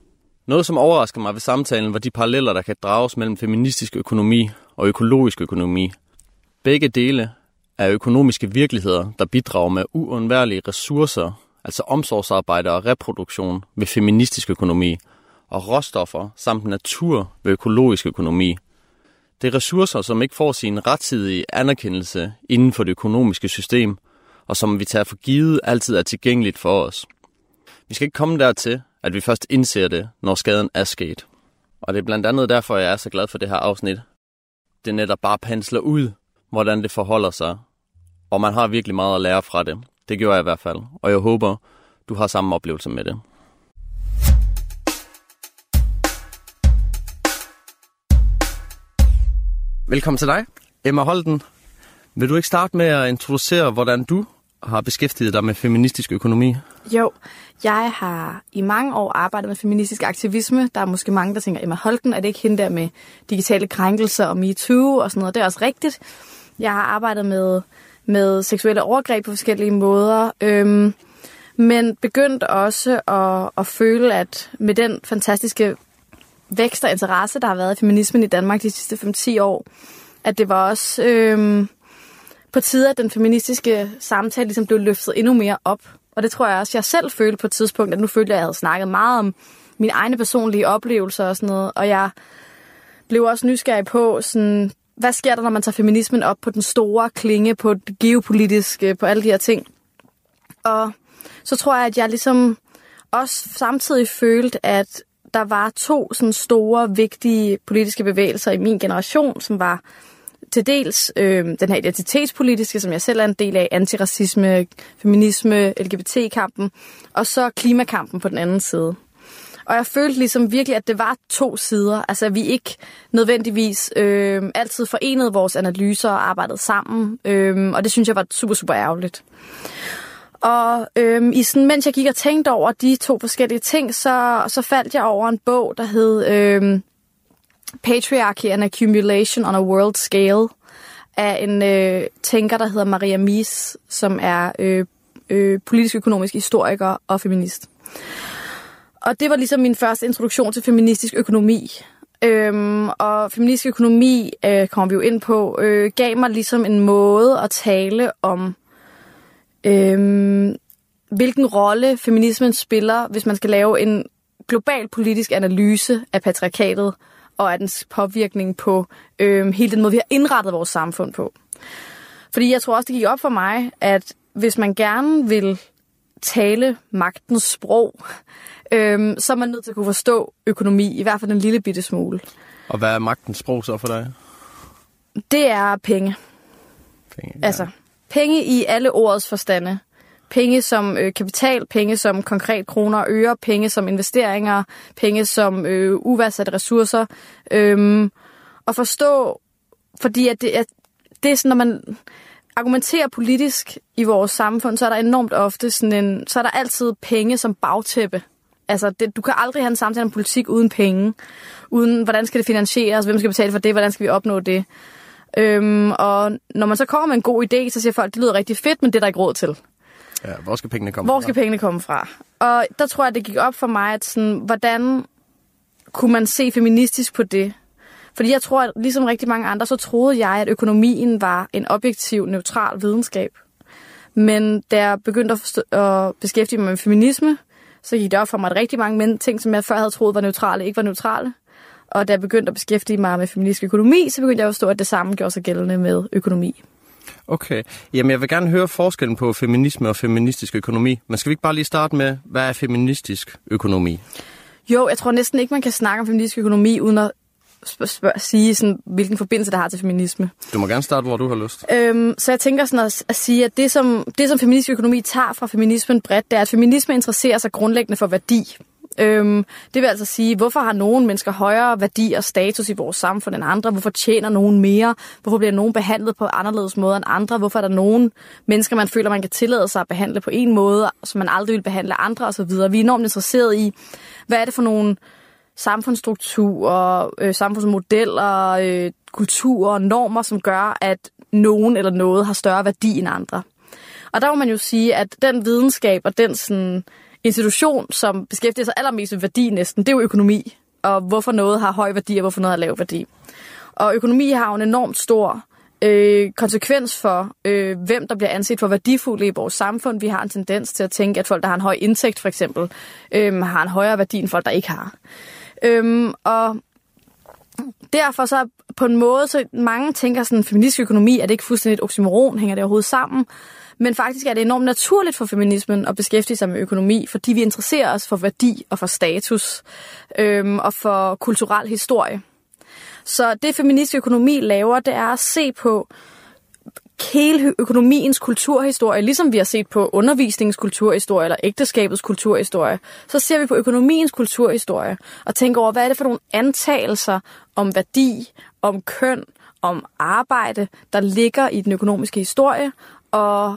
Noget, som overrasker mig ved samtalen, var de paralleller, der kan drages mellem feministisk økonomi og økologisk økonomi. Begge dele er økonomiske virkeligheder, der bidrager med uundværlige ressourcer, altså omsorgsarbejde og reproduktion ved feministisk økonomi, og råstoffer samt natur ved økologisk økonomi. Det er ressourcer, som ikke får sin rettidige anerkendelse inden for det økonomiske system, og som vi tager for givet altid er tilgængeligt for os. Vi skal ikke komme dertil, at vi først indser det, når skaden er sket. Og det er blandt andet derfor, jeg er så glad for det her afsnit. Det netop bare pensler ud, hvordan det forholder sig, og man har virkelig meget at lære fra det. Det gjorde jeg i hvert fald, og jeg håber, du har samme oplevelse med det. Velkommen til dig, Emma Holten. Vil du ikke starte med at introducere, hvordan du har beskæftiget dig med feministisk økonomi? Jo, jeg har i mange år arbejdet med feministisk aktivisme. Der er måske mange, der tænker, Emma Holten, er det ikke hende der med digitale krænkelser og MeToo og sådan noget? Det er også rigtigt. Jeg har arbejdet med, med seksuelle overgreb på forskellige måder, øhm, men begyndt også at, at føle, at med den fantastiske vækst og interesse, der har været i feminismen i Danmark de sidste fem til ti år, at det var også øhm, på tide, at den feministiske samtale ligesom blev løftet endnu mere op. Og det tror jeg også, jeg selv følte på et tidspunkt, at nu følte jeg, at jeg havde snakket meget om mine egne personlige oplevelser og sådan noget. Og jeg blev også nysgerrig på, sådan, hvad sker der, når man tager feminismen op på den store klinge, på det geopolitiske, på alle de her ting. Og så tror jeg, at jeg ligesom også samtidig følte, at der var to sådan store, vigtige politiske bevægelser i min generation, som var til dels øh, den her identitetspolitiske, som jeg selv er en del af, antiracisme, feminisme, L G B T-kampen, og så klimakampen på den anden side. Og jeg følte ligesom virkelig, at det var to sider. Altså, at vi ikke nødvendigvis øh, altid forenede vores analyser og arbejdede sammen, øh, og det synes jeg var super, super ærgerligt. Og øhm, i sådan, mens jeg gik og tænkte over de to forskellige ting, så, så faldt jeg over en bog, der hed øhm, Patriarchy and Accumulation on a World Scale, af en øh, tænker, der hedder Maria Mies, som er øh, øh, politisk-økonomisk historiker og feminist. Og det var ligesom min første introduktion til feministisk økonomi. Øhm, og feministisk økonomi, øh, kommer vi jo ind på, øh, gav mig ligesom en måde at tale om Øhm, hvilken rolle feminismen spiller, hvis man skal lave en global politisk analyse af patriarkatet og af dens påvirkning på øhm, hele den måde, vi har indrettet vores samfund på. Fordi jeg tror også, det gik op for mig, at hvis man gerne vil tale magtens sprog, øhm, så er man nødt til at kunne forstå økonomi, i hvert fald en lille bitte smule. Og hvad er magtens sprog så for dig? Det er penge. Penge, ja. Altså penge i alle ordets forstande. Penge som øh, kapital, penge som konkret kroner og øre, penge som investeringer, penge som øh, uværsatte ressourcer. Øhm, og forstå, fordi at det, at det er sådan, når man argumenterer politisk i vores samfund, så er der enormt ofte sådan en, så er der altid penge som bagtæppe. Altså, det, du kan aldrig have en samtale om politik uden penge. Uden, hvordan skal det finansieres, hvem skal betale for det, hvordan skal vi opnå det. Øhm, og når man så kommer med en god idé, så siger folk, det lyder rigtig fedt, men det er der ikke råd til. Ja, hvor skal pengene komme hvor fra? Hvor skal pengene komme fra? Og der tror jeg, det gik op for mig, at sådan, hvordan kunne man se feministisk på det? Fordi jeg tror, at ligesom rigtig mange andre, så troede jeg, at økonomien var en objektiv, neutral videnskab. Men da jeg begyndte at, forstå, at beskæftige mig med feminisme, så gik det op for mig, at rigtig mange ting, som jeg før havde troet var neutrale, ikke var neutrale. Og da jeg begyndte at beskæftige mig med feministisk økonomi, så begyndte jeg at forstå, at det samme gjorde sig gældende med økonomi. Okay. Jamen, jeg vil gerne høre forskellen på feminisme og feministisk økonomi. Men skal vi ikke bare lige starte med, hvad er feministisk økonomi? Jo, jeg tror næsten ikke, man kan snakke om feministisk økonomi, uden at sp- sp- sige, sådan, hvilken forbindelse der har til feminisme. Du må gerne starte, hvor du har lyst. Øhm, så jeg tænker sådan at, at sige, at det som, det, som feministisk økonomi tager fra feminismen bredt, det er, at feminisme interesserer sig grundlæggende for værdi. Øhm, det vil altså sige, hvorfor har nogle mennesker højere værdi og status i vores samfund end andre? Hvorfor tjener nogen mere? Hvorfor bliver nogen behandlet på anderledes måde end andre? Hvorfor er der nogen mennesker, man føler, man kan tillade sig at behandle på en måde, som man aldrig vil behandle andre osv.? Vi er enormt interesseret i, hvad er det for nogle samfundsstrukturer, øh, samfundsmodeller, øh, kulturer og normer, som gør, at nogen eller noget har større værdi end andre. Og der må man jo sige, at den videnskab og den sådan institution, som beskæftiger sig allermest med værdi næsten, det er jo økonomi. Og hvorfor noget har høj værdi, og hvorfor noget har lav værdi. Og økonomi har jo en enormt stor øh, konsekvens for, øh, hvem der bliver anset for værdifulde i vores samfund. Vi har en tendens til at tænke, at folk, der har en høj indtægt for eksempel, øh, har en højere værdi end folk, der ikke har. Øh, og derfor så på en måde, så mange tænker sådan, feministisk økonomi, er det ikke fuldstændig et oxymoron, hænger det overhovedet sammen? Men faktisk er det enormt naturligt for feminismen at beskæftige sig med økonomi, fordi vi interesserer os for værdi og for status øhm, og for kulturel historie. Så det feministisk økonomi laver, det er at se på hele økonomiens kulturhistorie, ligesom vi har set på undervisningens kulturhistorie eller ægteskabets kulturhistorie, så ser vi på økonomiens kulturhistorie og tænker over, hvad er det for nogle antagelser om værdi, om køn, om arbejde, der ligger i den økonomiske historie, og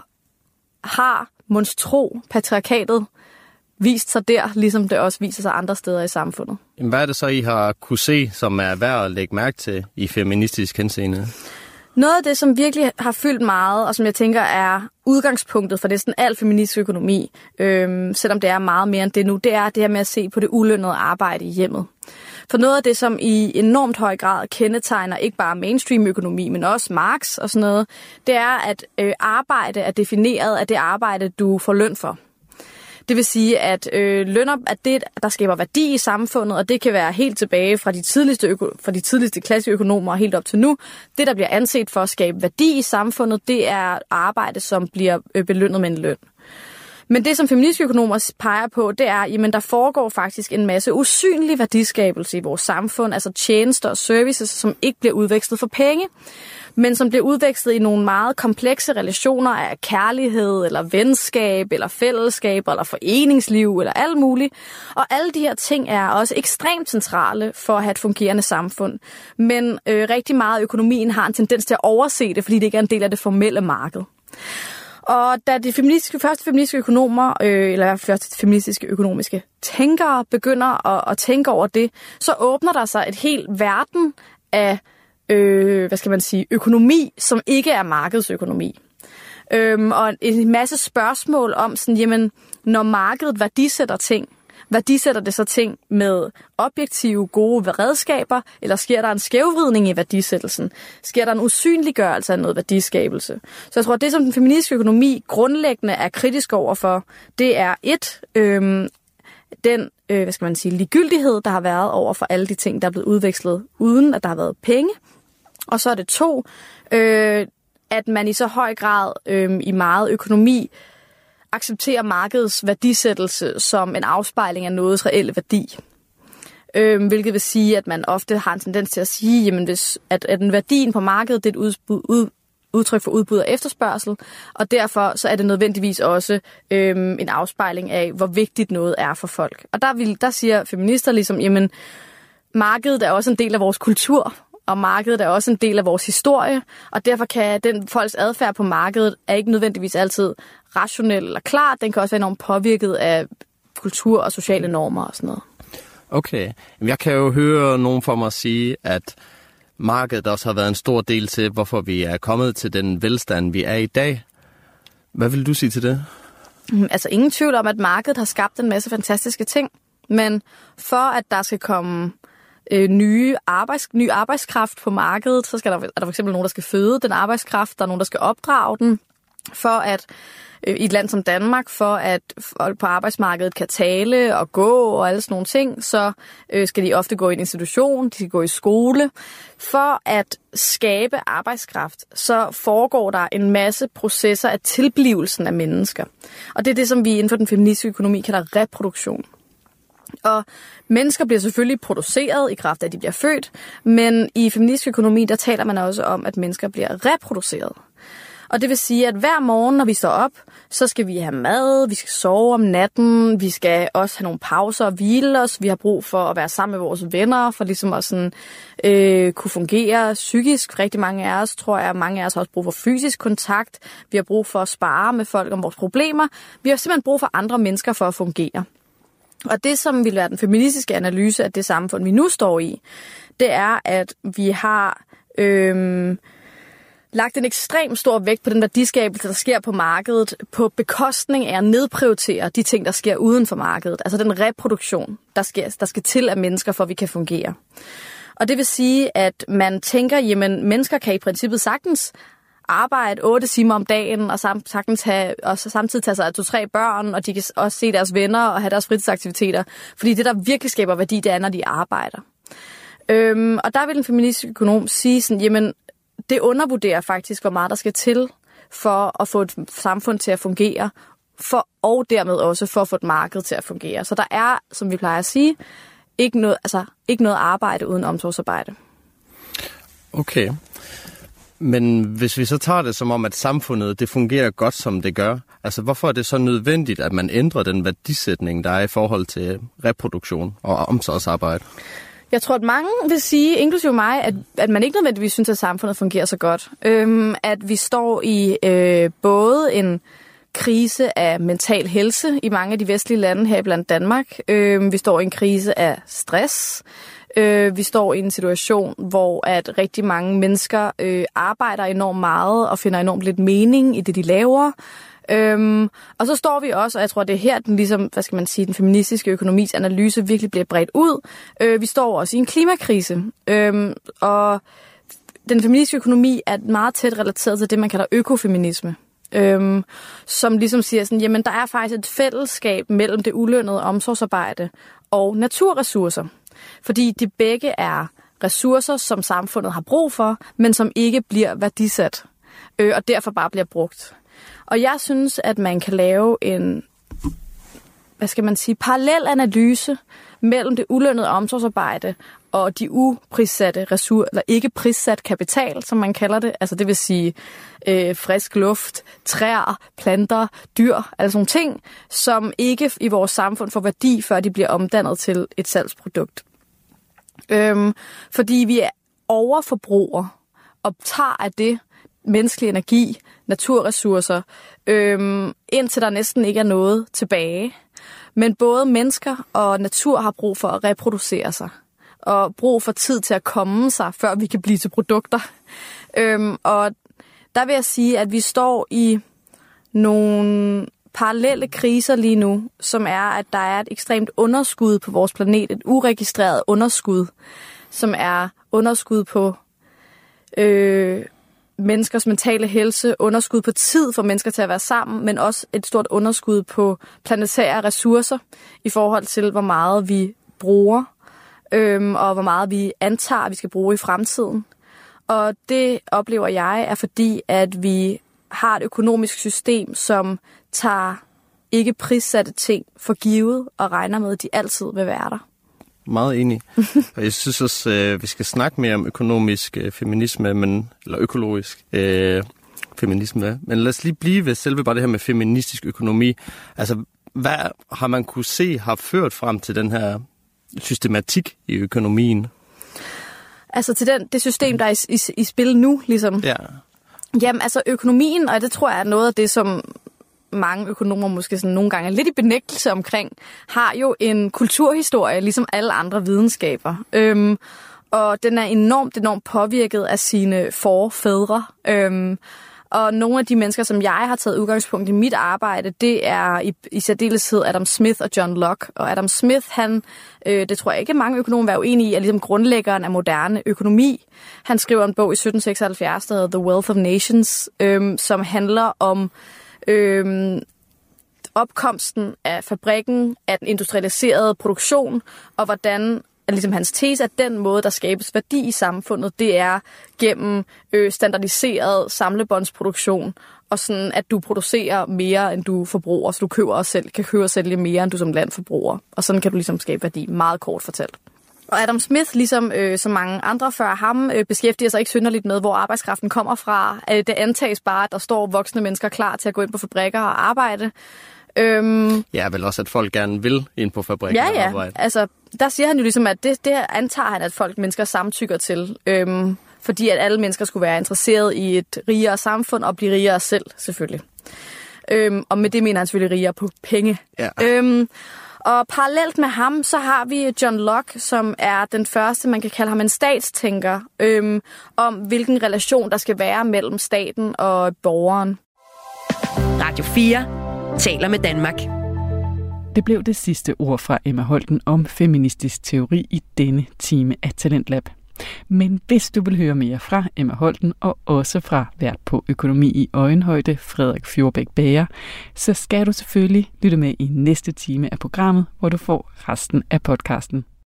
har monstro patriarkatet vist sig der, ligesom det også viser sig andre steder i samfundet. Hvad er det så, I har kunne se, som er værd at lægge mærke til i feministisk henseende? Noget af det, som virkelig har fyldt meget, og som jeg tænker er udgangspunktet for næsten al feministisk økonomi, øhm, selvom det er meget mere end det nu, det er det her med at se på det ulønnede arbejde i hjemmet. For noget af det, som i enormt høj grad kendetegner ikke bare mainstream-økonomi, men også Marx og sådan noget, det er, at øh, arbejde er defineret af det arbejde, du får løn for. Det vil sige, at øh, lønner er det, der skaber værdi i samfundet, og det kan være helt tilbage fra de tidligste, øko- fra de tidligste klasseøkonomer helt op til nu. Det, der bliver anset for at skabe værdi i samfundet, det er arbejde, som bliver øh, belønnet med en løn. Men det, som feministiske økonomer peger på, det er, jamen der foregår faktisk en masse usynlig værdiskabelse i vores samfund, altså tjenester og services, som ikke bliver udvekslet for penge, men som bliver udvekslet i nogle meget komplekse relationer af kærlighed, eller venskab, eller fællesskab, eller foreningsliv, eller alt muligt. Og alle de her ting er også ekstremt centrale for at have et fungerende samfund. Men øh, rigtig meget af økonomien har en tendens til at overse det, fordi det ikke er en del af det formelle marked. Og da de feministiske, første feministiske økonomer, øh, eller første feministiske økonomiske tænkere, begynder at, at tænke over det, så åbner der sig et helt verden af øh, hvad skal man sige, økonomi, som ikke er markedsøkonomi. Øhm, og en masse spørgsmål om, sådan, jamen, når markedet værdisætter ting, værdisætter det så ting med objektive, gode redskaber, eller sker der en skævvridning i værdisættelsen? Sker der en usynliggørelse af noget værdiskabelse? Så jeg tror, at det, som den feministiske økonomi grundlæggende er kritisk overfor, det er et, øhm, den øh, hvad skal man sige, ligegyldighed, der har været over for alle de ting, der er blevet udvekslet, uden at der har været penge. Og så er det to, øh, at man i så høj grad øh, i meget økonomi accepterer markedets værdisættelse som en afspejling af nogens reelle værdi. Øh, hvilket vil sige, at man ofte har en tendens til at sige, jamen, hvis, at, at den værdien på markedet det er et udbud, ud, udtryk for udbud og efterspørgsel, og derfor så er det nødvendigvis også øh, en afspejling af, hvor vigtigt noget er for folk. Og der, vil, der siger feminister ligesom, jamen, markedet er også en del af vores kultur, og markedet er også en del af vores historie, og derfor kan den folks adfærd på markedet er ikke nødvendigvis altid rationel eller klar. Den kan også være enormt påvirket af kultur og sociale normer og sådan noget. Okay. Jeg kan jo høre nogen for mig sige, at markedet også har været en stor del til, hvorfor vi er kommet til den velstand, vi er i dag. Hvad vil du sige til det? Altså ingen tvivl om, at markedet har skabt en masse fantastiske ting, men for at der skal komme øh, nye arbejds, ny arbejdskraft på markedet, så skal der, er der for eksempel nogen, der skal føde den arbejdskraft, der er nogen, der skal opdrage den, for at øh, i et land som Danmark, for at folk på arbejdsmarkedet kan tale og gå og alle sådan nogle ting, så øh, skal de ofte gå i en institution, de skal gå i skole. For at skabe arbejdskraft, så foregår der en masse processer af tilblivelsen af mennesker. Og det er det, som vi inden for den feministiske økonomi kalder reproduktion. Og mennesker bliver selvfølgelig produceret i kraft af, at de bliver født, men i feministisk økonomi, der taler man også om, at mennesker bliver reproduceret. Og det vil sige, at hver morgen, når vi står op, så skal vi have mad, vi skal sove om natten, vi skal også have nogle pauser og hvile os, vi har brug for at være sammen med vores venner, for ligesom at sådan, øh, kunne fungere psykisk. Rigtig mange af os, tror jeg, mange af os har også brug for fysisk kontakt, vi har brug for at spare med folk om vores problemer, vi har simpelthen brug for andre mennesker for at fungere. Og det, som vil være den feministiske analyse af det samfund, vi nu står i, det er, at vi har... Øh, lagt en ekstrem stor vægt på den værdiskabelse, der sker på markedet, på bekostning af at nedprioritere de ting, der sker uden for markedet. Altså den reproduktion, der skal, der skal til af mennesker, for at vi kan fungere. Og det vil sige, at man tænker, jamen mennesker kan i princippet sagtens arbejde otte timer om dagen, og sagtens have, og samtidig tage sig af to-tre børn, og de kan også se deres venner og have deres fritidsaktiviteter. Fordi det, der virkelig skaber værdi, det er, når de arbejder. Øhm, og der vil en feministisk økonom sige sådan, jamen det undervurderer faktisk, hvor meget der skal til for at få et samfund til at fungere, for, og dermed også for at få et marked til at fungere. Så der er, som vi plejer at sige, ikke noget, altså, ikke noget arbejde uden omsorgsarbejde. Okay. Men hvis vi så tager det som om, at samfundet det fungerer godt, som det gør, altså hvorfor er det så nødvendigt, at man ændrer den værdisætning, der er i forhold til reproduktion og omsorgsarbejde? Jeg tror, at mange vil sige, inklusive mig, at, at man ikke nødvendigvis synes, at samfundet fungerer så godt. Øhm, at vi står i øh, både en krise af mental helse i mange af de vestlige lande, her blandt Danmark. Øhm, vi står i en krise af stress. Øh, vi står i en situation, hvor at rigtig mange mennesker øh, arbejder enormt meget og finder enormt lidt mening i det, de laver. Øhm, og så står vi også, og jeg tror, det er her, den, ligesom, hvad skal man sige, den feministiske økonomis analyse virkelig bliver bredt ud. Øh, vi står også i en klimakrise, øhm, og den feministiske økonomi er meget tæt relateret til det, man kalder økofeminisme. Øhm, som ligesom siger sådan, jamen der er faktisk et fællesskab mellem det ulønnede omsorgsarbejde og naturressourcer. Fordi de begge er ressourcer, som samfundet har brug for, men som ikke bliver værdisat, øh, og derfor bare bliver brugt. Og jeg synes, at man kan lave en, hvad skal man sige, parallel analyse mellem det ulønnede omsorgsarbejde og de uprissatte ressourcer, eller ikke prissat kapital, som man kalder det. Altså det vil sige øh, frisk luft, træer, planter, dyr, altså nogle ting, som ikke i vores samfund får værdi, før de bliver omdannet til et salgsprodukt. Øhm, fordi vi er overforbrugere og tager af det menneskelig energi, naturressourcer, øhm, indtil der næsten ikke er noget tilbage. Men både mennesker og natur har brug for at reproducere sig, og brug for tid til at komme sig, før vi kan blive til produkter. Øhm, og der vil jeg sige, at vi står i nogle parallelle kriser lige nu, som er, at der er et ekstremt underskud på vores planet, et uregistreret underskud, som er underskud på øh, menneskers mentale helse, underskud på tid for mennesker til at være sammen, men også et stort underskud på planetære ressourcer i forhold til, hvor meget vi bruger, øh, og hvor meget vi antager, at vi skal bruge i fremtiden. Og det oplever jeg er fordi, at vi har et økonomisk system, som tager ikke prissatte ting for givet og regner med, at de altid vil være der. Meget enig. Og jeg synes også, at vi skal snakke mere om økonomisk feminisme, men, eller økologisk øh, feminisme. Men lad os lige blive ved selve bare det her med feministisk økonomi. Altså, hvad har man kunne se har ført frem til den her systematik i økonomien? Altså til den, det system, der er i, i, i spil nu, ligesom? Ja. Jamen, altså økonomien, og det tror jeg er noget af det, som mange økonomer måske sådan nogle gange er lidt i benægtelse omkring, har jo en kulturhistorie, ligesom alle andre videnskaber. Øhm, og den er enormt, enormt påvirket af sine forfædre. Øhm, og nogle af de mennesker, som jeg har taget udgangspunkt i mit arbejde, det er i, i særdeleshed Adam Smith og John Locke. Og Adam Smith, han, øh, det tror jeg ikke mange økonomer er uenige i, er ligesom grundlæggeren af moderne økonomi. Han skriver en bog i sytten seksoghalvfjerds, der hedder The Wealth of Nations, øh, som handler om øh, opkomsten af fabrikken, af den industrialiserede produktion, og hvordan ligesom hans tese, at den måde, der skabes værdi i samfundet, det er gennem øh, standardiseret samlebåndsproduktion, og sådan, at du producerer mere, end du forbruger, så du køber og selv, kan købe og sælge mere, end du som land forbruger. Og sådan kan du ligesom skabe værdi, meget kort fortalt. Og Adam Smith, ligesom øh, så mange andre før ham, øh, beskæftiger sig ikke synderligt med, hvor arbejdskraften kommer fra. Det antages bare, at der står voksne mennesker klar til at gå ind på fabrikker og arbejde. Øhm, ja, vel også, at folk gerne vil ind på fabrikken ja, og ja. arbejde. Altså, der siger han jo ligesom, at det, det antager han, at folk mennesker samtykker til. Øhm, fordi at alle mennesker skulle være interesseret i et rigere samfund og blive rigere selv, selvfølgelig. Øhm, og med det mener han selvfølgelig rigere på penge. Ja. Øhm, Og parallelt med ham, så har vi John Locke, som er den første, man kan kalde ham en statstænker, øhm, om hvilken relation der skal være mellem staten og borgeren. Radio fire taler med Danmark. Det blev det sidste ord fra Emma Holten om feministisk teori i denne time af Talentlab. Men hvis du vil høre mere fra Emma Holten og også fra vært på Økonomi i Øjenhøjde, Frederik Fjordbæk Bager, så skal du selvfølgelig lytte med i næste time af programmet, hvor du får resten af podcasten.